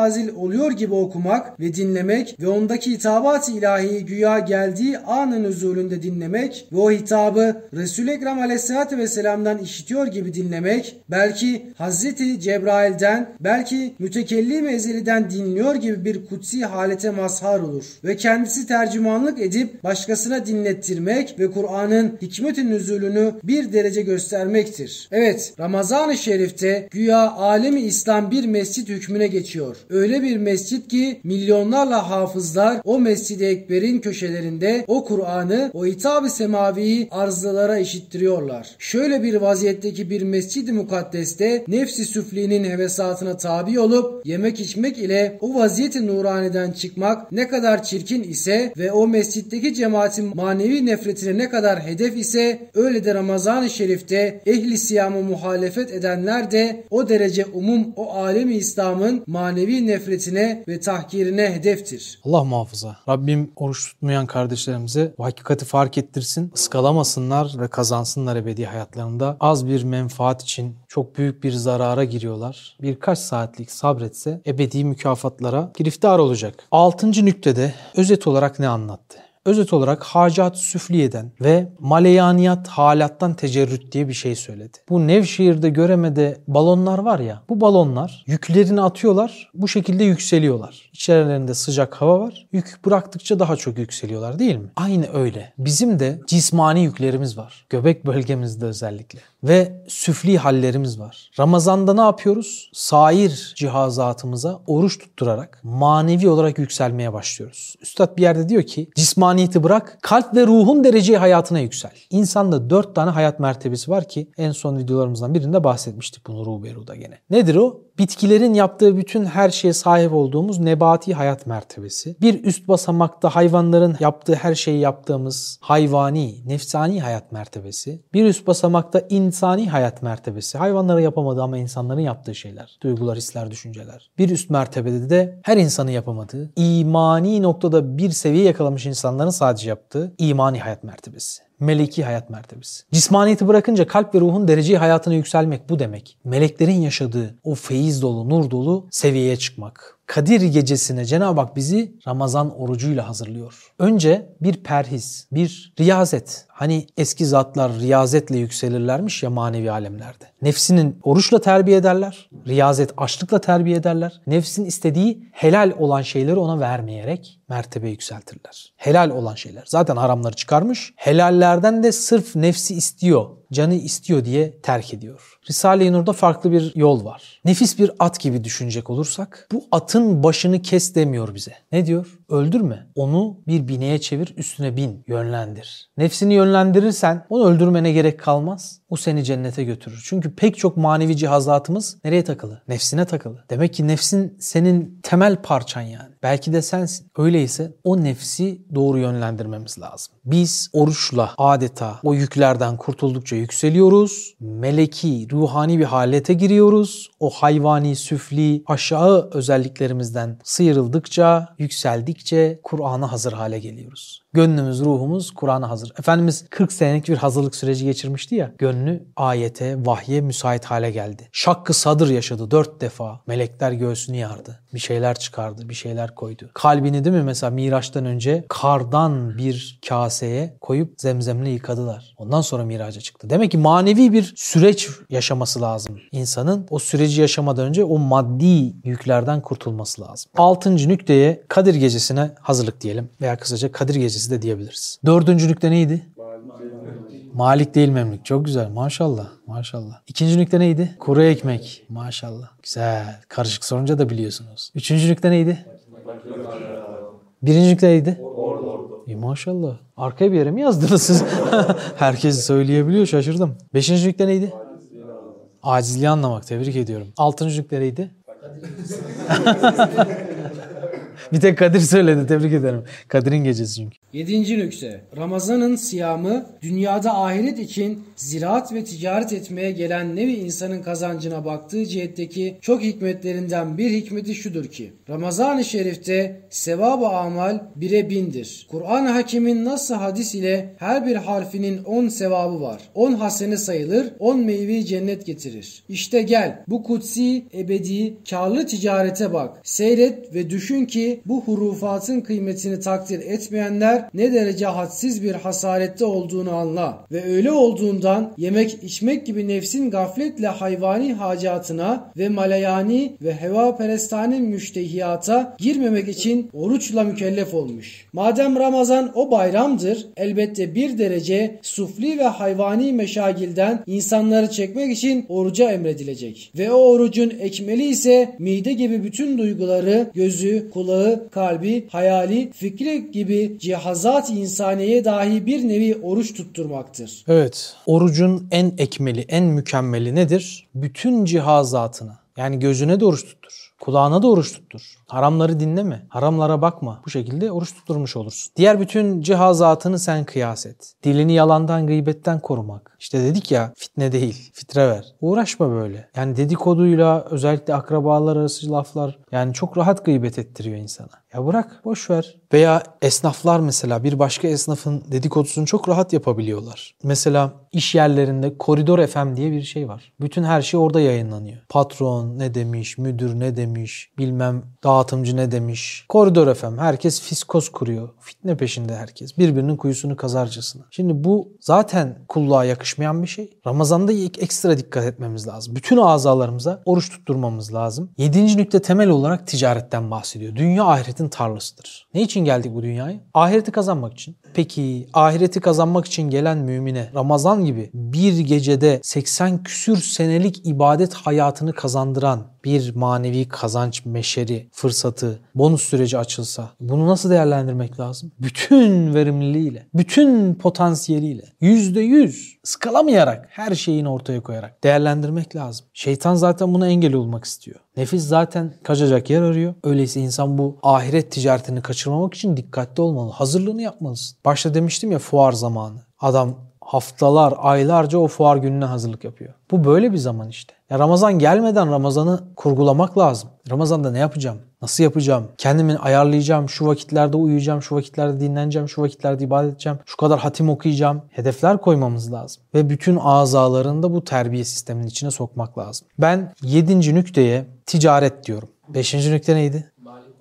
[SPEAKER 3] nazil oluyor gibi okumak ve dinlemek ve ondaki hitabat-ı ilahiyi güya geldiği anın nüzulünde dinlemek ve o hitabı Resul-i Ekrem Aleyhisselatü Vesselam'dan işitiyor gibi dinlemek, belki Hazreti Cebrail'den, belki mütekellim ezeliden dinliyor gibi bir kutsi halete mazhar olur ve kendisi tercümanlık edip başkasına dinlettirmek ve Kur'an'ın hikmet-i nüzulünü bir derece göstermektir. Evet, Ramazan-ı Şerif'te güya alemi İslam bir mescit hükmüne geçiyor. Öyle bir mescit ki milyonlarla hafızlar o Mescid-i Ekber'in köşelerinde o Kur'an'ı, o hitab-ı semaviyi arzlara işittiriyorlar. Şöyle bir vaziyetteki bir Mescid-i Mukaddes'te nefs-i süflinin hevesatına tabi olup yemek içmek ile o vaziyet-i nuraniden çıkmak ne kadar çirkin ise ve o mescitteki cemaatin manevi nefretine ne kadar hedef ise, öyle de Ramazan-ı Şerif'te ehli siyamı muhalefet edenler de o derece umum o alemi İslam'ın manevi nefretine ve tahkirine hedeftir.
[SPEAKER 1] Allah muhafaza. Rabbim oruç tutmayan kardeşlerimize bu hakikati fark ettirsin, ıskalamasınlar ve kazansınlar ebedi hayatlarında. Az bir menfaat için çok büyük bir zarara giriyorlar. Birkaç saatlik sabretse ebedi mükafatlara giriftar olacak. 6. nüktede özet olarak ne anlattı? Özet olarak hacat süfliyeden ve maleyaniyat halattan tecerrüt diye bir şey söyledi. Bu Nevşehir'de Göreme'de balonlar var ya, bu balonlar yüklerini atıyorlar, bu şekilde yükseliyorlar. İçerilerinde sıcak hava var. Yük bıraktıkça daha çok yükseliyorlar, değil mi? Aynı öyle. Bizim de cismani yüklerimiz var. Göbek bölgemizde özellikle. Ve süfli hallerimiz var. Ramazan'da ne yapıyoruz? Sair cihazatımıza oruç tutturarak manevi olarak yükselmeye başlıyoruz. Üstad bir yerde diyor ki, cismaniyeti bırak, kalp ve ruhun dereceyi hayatına yüksel. İnsanda 4 tane hayat mertebesi var ki en son videolarımızdan birinde bahsetmiştik bunu Ruberu'da gene. Nedir o? Bitkilerin yaptığı bütün her şeye sahip olduğumuz nebati hayat mertebesi. Bir üst basamakta hayvanların yaptığı her şeyi yaptığımız hayvani, nefsani hayat mertebesi. Bir üst basamakta insani hayat mertebesi. Hayvanların yapamadığı ama insanların yaptığı şeyler. Duygular, hisler, düşünceler. Bir üst mertebede de her insanın yapamadığı, imani noktada bir seviye yakalamış insanların sadece yaptığı imani hayat mertebesi. Meleki hayat mertebesi. Cismaniyeti bırakınca kalp ve ruhun dereceyi hayatına yükselmek bu demek. Meleklerin yaşadığı o feyiz dolu, nur dolu seviyeye çıkmak. Kadir gecesine Cenab-ı Hak bizi Ramazan orucuyla hazırlıyor. Önce bir perhiz, bir riyazet. Hani eski zatlar riyazetle yükselirlermiş ya manevi alemlerde. Nefsinin oruçla terbiye ederler. Riyazet açlıkla terbiye ederler. Nefsin istediği helal olan şeyleri ona vermeyerek mertebe yükseltirler. Helal olan şeyler. Zaten haramları çıkarmış. Helallerden de sırf nefsi istiyor, canı istiyor diye terk ediyor. Risale-i Nur'da farklı bir yol var. Nefis bir at gibi düşünecek olursak bu atın başını kes demiyor bize. Ne diyor? Öldürme. Onu bir bineğe çevir, üstüne bin, yönlendir. Nefsini yönlendirirsen onu öldürmene gerek kalmaz. O seni cennete götürür. Çünkü pek çok manevi cihazatımız nereye takılı? Nefsine takılı. Demek ki nefsin senin temel parçan yani. Belki de sensin. Öyleyse o nefsi doğru yönlendirmemiz lazım. Biz oruçla adeta o yüklerden kurtuldukça yükseliyoruz. Meleki, ruhani bir halete giriyoruz. O hayvani, süfli, aşağı özelliklerimizden sıyrıldıkça, yükseldikçe Kur'an'a hazır hale geliyoruz. Gönlümüz, ruhumuz Kur'an'a hazır. Efendimiz 40 senelik bir hazırlık süreci geçirmişti ya. Gönlü ayete, vahye müsait hale geldi. Şakkı sadır yaşadı 4 defa. Melekler göğsünü yardı. Bir şeyler çıkardı, bir şeyler koydu. Kalbini değil mi mesela Miraç'tan önce kardan bir kaseye koyup zemzemle yıkadılar. Ondan sonra miraca çıktı. Demek ki manevi bir süreç yaşaması lazım insanın. O süreci yaşamadan önce o maddi yüklerden kurtulması lazım. 6. nükteye Kadir Gecesi'ne hazırlık diyelim. Veya kısaca Kadir Gecesi de diyebiliriz. 4. nükte neydi? Malik değil memlük. Çok güzel. Maşallah. Maşallah. 2. nükte neydi? Kuru ekmek. Maşallah. Güzel. Karışık sorunca da biliyorsunuz. 3. nükte neydi? 1. nükte neydi? Maşallah. Arkaya bir yere mi yazdınız siz? Herkes söyleyebiliyor. Şaşırdım. 5. nükte neydi? Acizliği anlamak. Tebrik ediyorum. 6. nükte neydi? Bir tek Kadir söyledi. Tebrik ederim. Kadir'in gecesi çünkü.
[SPEAKER 3] 7. nükte. Ramazan'ın siyamı dünyada ahiret için ziraat ve ticaret etmeye gelen nevi insanın kazancına baktığı cihetteki çok hikmetlerinden bir hikmeti şudur ki Ramazan-ı Şerif'te sevab-ı amal 1'e 1000'dir. Kur'an-ı Hakim'in nasıl hadis ile her bir harfinin 10 sevabı var. 10 hasene sayılır, 10 meyve cennet getirir. İşte gel bu kutsi, ebedi, karlı ticarete bak. Seyret ve düşün ki bu hurufatın kıymetini takdir etmeyenler ne derece hadsiz bir hasarette olduğunu anla. Ve öyle olduğundan yemek içmek gibi nefsin gafletle hayvani hacatına ve malayani ve hevaperestane müştehiyata girmemek için oruçla mükellef olmuş. Madem Ramazan o bayramdır, elbette bir derece sufli ve hayvani meşagilden insanları çekmek için oruca emredilecek. Ve o orucun ekmeli ise mide gibi bütün duyguları, gözü, kulağı, kalbi, hayali, fikri gibi cihazat-ı insaniyeye dahi bir nevi oruç tutturmaktır.
[SPEAKER 1] Evet. Orucun en ekmeli, en mükemmeli nedir? Bütün cihazatına. Yani gözüne de oruç tuttur. Kulağına da oruç tuttur. Haramları dinleme. Haramlara bakma. Bu şekilde oruç tutturmuş olursun. Diğer bütün cihazatını sen kıyas et. Dilini yalandan, gıybetten korumak. İşte dedik ya, fitne değil, fitre ver. Uğraşma böyle. Yani dedikoduyla, özellikle akrabalar arası laflar yani çok rahat gıybet ettiriyor insana. Ya bırak, boş ver. Veya esnaflar mesela bir başka esnafın dedikodusunu çok rahat yapabiliyorlar. Mesela iş yerlerinde Koridor FM diye bir şey var. Bütün her şey orada yayınlanıyor. Patron ne demiş, müdür ne demiş, bilmem dağıtımcı ne demiş. Koridor FM. Herkes fiskos kuruyor. Fitne peşinde herkes. Birbirinin kuyusunu kazarcasına. Şimdi bu zaten kulluğa yakışmayan bir şey. Ramazan'da ekstra dikkat etmemiz lazım. Bütün azalarımıza oruç tutturmamız lazım. 7. nükte temel olarak ticaretten bahsediyor. Dünya ahiretin tarlasıdır. Ne için geldik bu dünyaya? Ahireti kazanmak için. Peki ahireti kazanmak için gelen mümine Ramazan gibi bir gecede 80 küsür senelik ibadet hayatını kazandıran bir manevi kazanç meşeri, fırsatı, bonus süreci açılsa bunu nasıl değerlendirmek lazım? Bütün verimliliğiyle, bütün potansiyeliyle, %100 ıskalamayarak, her şeyini ortaya koyarak değerlendirmek lazım. Şeytan zaten buna engel olmak istiyor. Nefis zaten kaçacak yer arıyor. Öyleyse insan bu ahiret ticaretini kaçırmamak için dikkatli olmalı. Hazırlığını yapmalısın. Başta demiştim ya, fuar zamanı. Adam haftalar, aylarca o fuar gününe hazırlık yapıyor. Bu böyle bir zaman işte. Ya Ramazan gelmeden Ramazan'ı kurgulamak lazım. Ramazan'da ne yapacağım? Nasıl yapacağım? Kendimi ayarlayacağım. Şu vakitlerde uyuyacağım. Şu vakitlerde dinleneceğim. Şu vakitlerde ibadet edeceğim. Şu kadar hatim okuyacağım. Hedefler koymamız lazım. Ve bütün azalarını da bu terbiye sisteminin içine sokmak lazım. Ben 7. nükteye ticaret diyorum. 5. nükte neydi?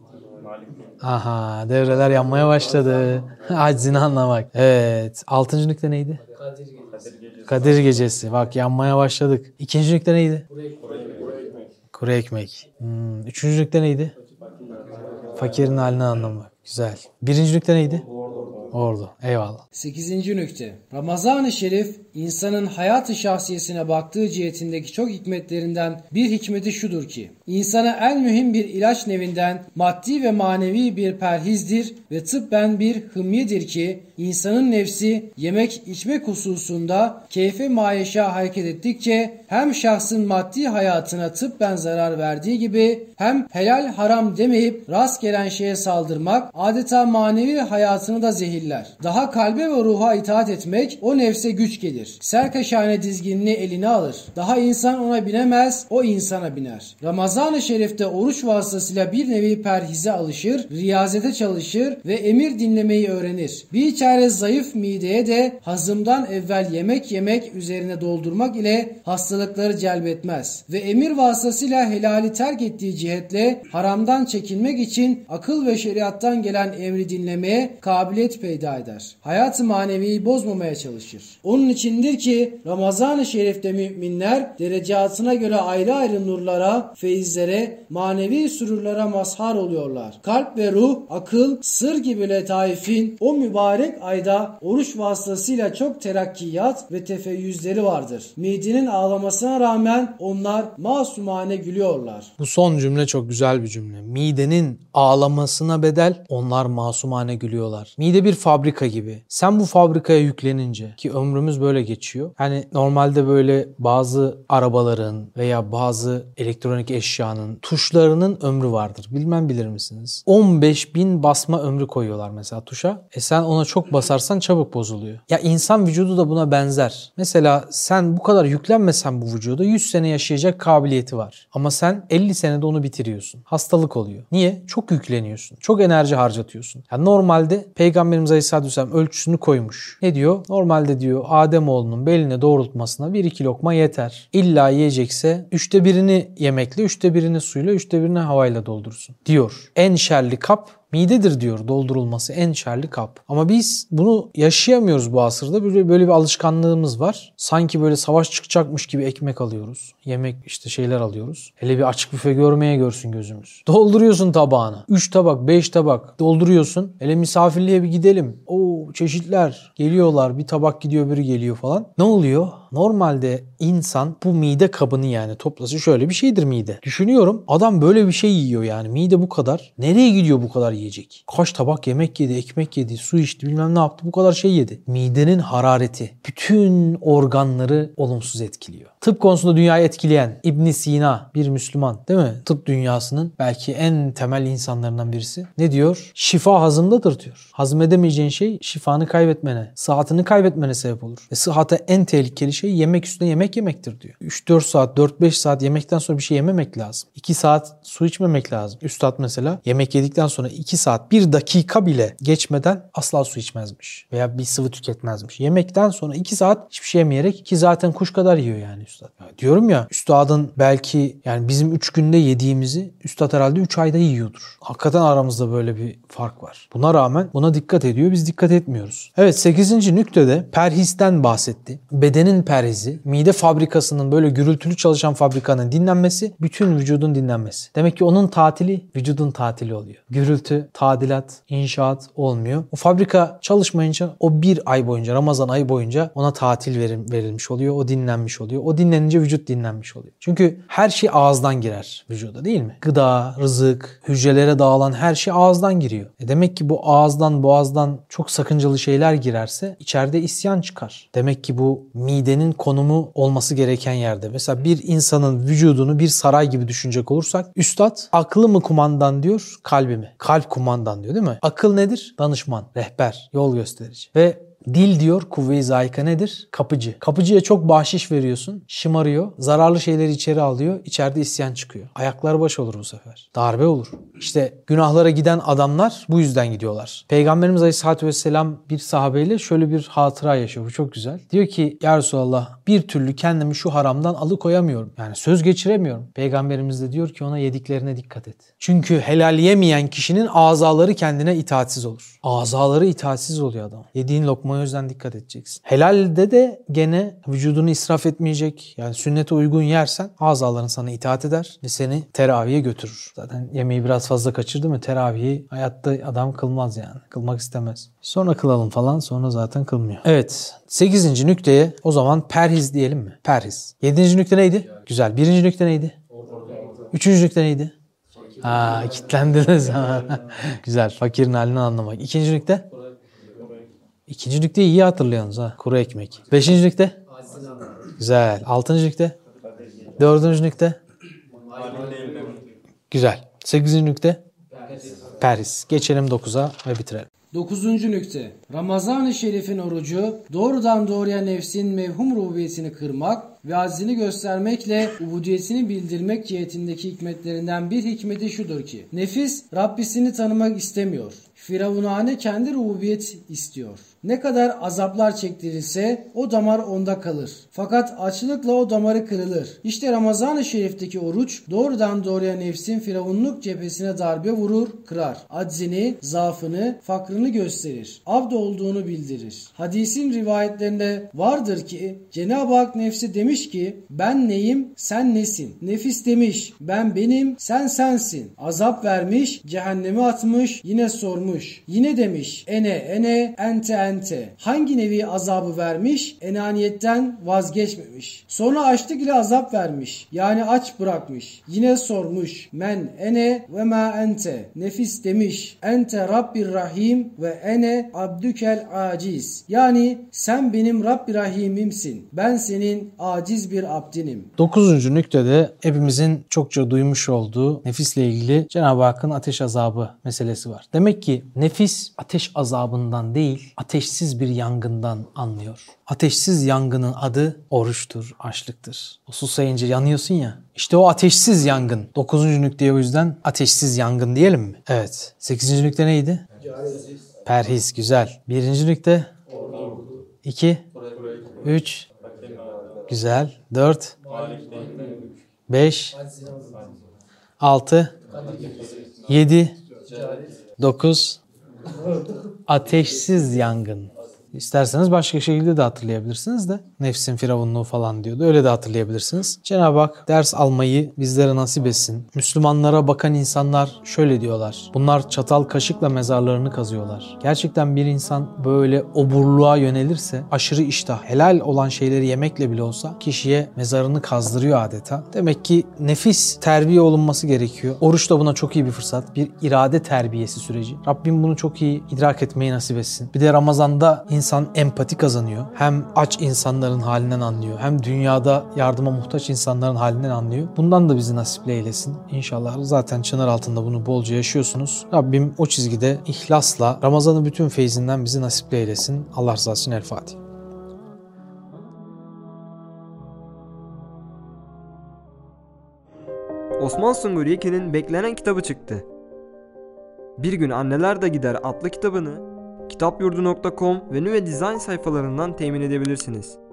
[SPEAKER 1] Aha, devreler yanmaya başladı. Aczini anlamak. Evet. 6. nükte neydi? Kadir Gecesi. Bak yanmaya başladık. 2. nükte neydi? Kuru ekmek. 3. nükte neydi? Fakirin halini anlamak. Güzel. 1. nükte neydi? Ordu. Eyvallah.
[SPEAKER 3] 8. nükte. Ramazan-ı Şerif insanın hayat-ı şahsiyesine baktığı cihetindeki çok hikmetlerinden bir hikmeti şudur ki insana en mühim bir ilaç nevinden maddi ve manevi bir perhizdir ve tıbben bir hımyedir ki insanın nefsi yemek içmek hususunda keyfe mayeşa hareket ettikçe hem şahsın maddi hayatına tıbben zarar verdiği gibi hem helal haram demeyip rast gelen şeye saldırmak adeta manevi hayatını da zehirler. Daha kalbe ve ruha itaat etmek o nefse güç gelir. Serkeşane dizginini eline alır. Daha insan ona binemez, o insana biner. Ramazan-ı Şerif'te oruç vasıtasıyla bir nevi perhize alışır, riyazete çalışır ve emir dinlemeyi öğrenir. Bir çare zayıf mideye de hazımdan evvel yemek üzerine doldurmak ile hastalıkları celbetmez. Ve emir vasıtasıyla helali terk ettiği cihetle haramdan çekinmek için akıl ve şeriattan gelen emri dinlemeye kabiliyet peyda eder. Hayat-ı maneviyi bozmamaya çalışır. Onun içindir ki Ramazan-ı Şerif'te müminler derecatına göre ayrı ayrı nurlara, feyizlere, manevi sürurlara mazhar oluyorlar. Kalp ve ruh, akıl, sır gibi letaifin o mübarek ayda oruç vasıtasıyla çok terakkiyat ve tefeyyüzleri vardır. Midenin ağlamasına rağmen onlar masumane gülüyorlar.
[SPEAKER 1] Bu son cümle çok güzel bir cümle. Midenin ağlamasına bedel onlar masumane gülüyorlar. Mide bir fabrika gibi. Sen bu fabrikaya yüklenince ki ömrümüz böyle geçiyor. Yani normalde böyle bazı arabaların veya bazı elektronik eşyanın tuşlarının ömrü vardır. Bilmem bilir misiniz? 15.000 basma ömrü koyuyorlar mesela tuşa. Sen ona çok basarsan çabuk bozuluyor. Ya insan vücudu da buna benzer. Mesela sen bu kadar yüklenmesen bu vücuda 100 sene yaşayacak kabiliyeti var. Ama sen 50 senede onu bitiriyorsun. Hastalık oluyor. Niye? Çok yükleniyorsun. Çok enerji harcatıyorsun. Yani normalde Peygamberimiz Aleyhisselatü Vesselam ölçüsünü koymuş. Ne diyor? Normalde diyor Ademoğlunun beline doğrultmasına 1-2 lokma yeter. İlla yiyecekse 1/3'ünü yemekle, 1/3'ünü suyla, 1/3'ünü havayla doldursun diyor. En şerli kap midedir diyor, doldurulması en şerli kap. Ama biz bunu yaşayamıyoruz bu asırda. Böyle bir alışkanlığımız var. Sanki böyle savaş çıkacakmış gibi ekmek alıyoruz. Yemek işte şeyler alıyoruz. Hele bir açık büfe görmeye görsün gözümüz. Dolduruyorsun tabağına. 3 tabak, 5 tabak dolduruyorsun. Hele misafirliğe bir gidelim. Oo çeşitler. Geliyorlar. Bir tabak gidiyor, öbürü geliyor falan. Ne oluyor? Normalde insan bu mide kabını yani toplası şöyle bir şeydir mide. Düşünüyorum adam böyle bir şey yiyor yani. Mide bu kadar. Nereye gidiyor bu kadar yiyecek? Kaç tabak yemek yedi, ekmek yedi, su içti, bilmem ne yaptı. Bu kadar şey yedi. Midenin harareti bütün organları olumsuz etkiliyor. Tıp konusunda dünyayı etkileyen İbn Sina bir Müslüman değil mi? Tıp dünyasının belki en temel insanlarından birisi. Ne diyor? Şifa hazımdadır diyor. Hazmedemeyeceğin şey şifanı kaybetmene, sıhhatini kaybetmene sebep olur. Sıhhate en tehlikeli şey yemek üstüne yemek yemektir diyor. 3-4 saat, 4-5 saat yemekten sonra bir şey yememek lazım. 2 saat su içmemek lazım. Üstad mesela yemek yedikten sonra 2 saat 1 dakika bile geçmeden asla su içmezmiş. Veya bir sıvı tüketmezmiş. Yemekten sonra 2 saat hiçbir şey yemeyerek ki zaten kuş kadar yiyor yani üstad. Ya diyorum ya üstadın belki yani bizim 3 günde yediğimizi üstad herhalde 3 ayda yiyordur. Hakikaten aramızda böyle bir fark var. Buna rağmen buna dikkat ediyor. Biz dikkat etmiyoruz. Evet 8. nüktede perhisten bahsetti. Bedenin perhizi, mide fabrikasının böyle gürültülü çalışan fabrikanın dinlenmesi, bütün vücudun dinlenmesi. Demek ki onun tatili vücudun tatili oluyor. Gürültü, tadilat, inşaat olmuyor. O fabrika çalışmayınca o bir ay boyunca, Ramazan ayı boyunca ona tatil verilmiş oluyor. O dinlenmiş oluyor. O dinlenince vücut dinlenmiş oluyor. Çünkü her şey ağızdan girer vücuda değil mi? Gıda, rızık, hücrelere dağılan her şey ağızdan giriyor. Demek ki bu ağızdan, boğazdan çok sakıncalı şeyler girerse içeride isyan çıkar. Demek ki bu midenin konumu olması gereken yerde. Mesela bir insanın vücudunu bir saray gibi düşünecek olursak üstad aklı mı kumandan diyor, kalbi mi? Kalp kumandan diyor değil mi? Akıl nedir? Danışman, rehber, yol gösterici. Ve dil diyor kuvve-i zayika nedir? Kapıcı. Kapıcıya çok bahşiş veriyorsun. Şımarıyor. Zararlı şeyleri içeri alıyor. İçeride isyan çıkıyor. Ayaklar baş olur bu sefer. Darbe olur. İşte günahlara giden adamlar bu yüzden gidiyorlar. Peygamberimiz Aleyhisselatü Vesselam bir sahabeyle şöyle bir hatıra yaşıyor. Bu çok güzel. Diyor ki ya Resulallah bir türlü kendimi şu haramdan alıkoyamıyorum. Yani söz geçiremiyorum. Peygamberimiz de diyor ki ona yediklerine dikkat et. Çünkü helal yemeyen kişinin azaları kendine itaatsiz olur. Azaları itaatsiz oluyor adam. Yediğin lokma o yüzden dikkat edeceksin. Helalde de gene vücudunu israf etmeyecek. Yani sünnete uygun yersen azaların sana itaat eder ve seni teraviye götürür. Zaten yemeği biraz fazla kaçırdı mı teraviyi hayatta adam kılmaz yani. Kılmak istemez. Sonra kılalım falan sonra zaten kılmıyor. Evet 8. nükteye o zaman perhiz diyelim mi? Perhiz. 7. nükte neydi? Güzel. 1. nükte neydi? 3. nükte neydi? Kilitlendiniz. Güzel. Fakirin halini anlamak. 2. nükte? 2. nükteyi iyi hatırlıyorsunuz ha. Kuru ekmek. 5. nükte? Güzel. 6. nükte? 4. nükte? Güzel. 8. nükte? Perhiz. Geçelim 9'a ve bitirelim.
[SPEAKER 3] 9. nükte. Ramazan-ı Şerif'in orucu doğrudan doğruya nefsin mevhum rububiyetini kırmak ve aczini göstermekle ubudiyetini bildirmek cihetindeki hikmetlerinden bir hikmeti şudur ki nefis Rabbisini tanımak istemiyor. Firavunane kendi rububiyet istiyor. Ne kadar azaplar çektirirse o damar onda kalır. Fakat açlıkla o damarı kırılır. İşte Ramazan-ı Şerif'teki oruç doğrudan doğruya nefsin firavunluk cephesine darbe vurur, kırar. Aczini, zaafını, fakrını gösterir. Abd olduğunu bildirir. Hadisin rivayetlerinde vardır ki Cenab-ı Hak nefsi demiş ki ben neyim, sen nesin? Nefis demiş ben benim, sen sensin. Azap vermiş, cehenneme atmış, yine sormuş. Yine demiş ene, ente. Hangi nevi azabı vermiş? Enaniyetten vazgeçmemiş. Sonra açlık ile azap vermiş. Yani aç bırakmış. Yine sormuş. Men ene ve ma ente. Nefis demiş. Ente Rabbir Rahim ve ene abdü Rabbukel aciz. Yani sen benim Rabbi Rahim'imsin. Ben senin aciz bir abdinim.
[SPEAKER 1] 9. nüktede hepimizin çokça duymuş olduğu nefisle ilgili Cenab-ı Hakk'ın ateş azabı meselesi var. Demek ki nefis ateş azabından değil, ateşsiz bir yangından anlıyor. Ateşsiz yangının adı oruçtur, açlıktır. O susayınca yanıyorsun ya. İşte o ateşsiz yangın. 9. nükteye o yüzden ateşsiz yangın diyelim mi? Evet. 8. nükte neydi? Perhiz. Güzel. 1. nükte? 2. 3. Güzel. 4. 5. 6. 7. 9. Ateşsiz yangın. İsterseniz başka şekilde de hatırlayabilirsiniz de. Nefsin firavunluğu falan diyordu. Öyle de hatırlayabilirsiniz. Cenab-ı Hak ders almayı bizlere nasip etsin. Müslümanlara bakan insanlar şöyle diyorlar. Bunlar çatal kaşıkla mezarlarını kazıyorlar. Gerçekten bir insan böyle oburluğa yönelirse aşırı iştah, helal olan şeyleri yemekle bile olsa kişiye mezarını kazdırıyor adeta. Demek ki nefis terbiye olunması gerekiyor. Oruç da buna çok iyi bir fırsat. Bir irade terbiyesi süreci. Rabbim bunu çok iyi idrak etmeyi nasip etsin. Bir de Ramazan'da İnsan empati kazanıyor. Hem aç insanların halinden anlıyor. Hem dünyada yardıma muhtaç insanların halinden anlıyor. Bundan da bizi nasiple eylesin. İnşallah zaten çınar altında bunu bolca yaşıyorsunuz. Rabbim o çizgide ihlasla Ramazan'ın bütün feyzinden bizi nasiple eylesin. Allah rızası için El Fatiha.
[SPEAKER 4] Osman Sungur Yekin'in beklenen kitabı çıktı. Bir Gün Anneler de Gider adlı kitabını kitapyurdu.com ve Nüve Design sayfalarından temin edebilirsiniz.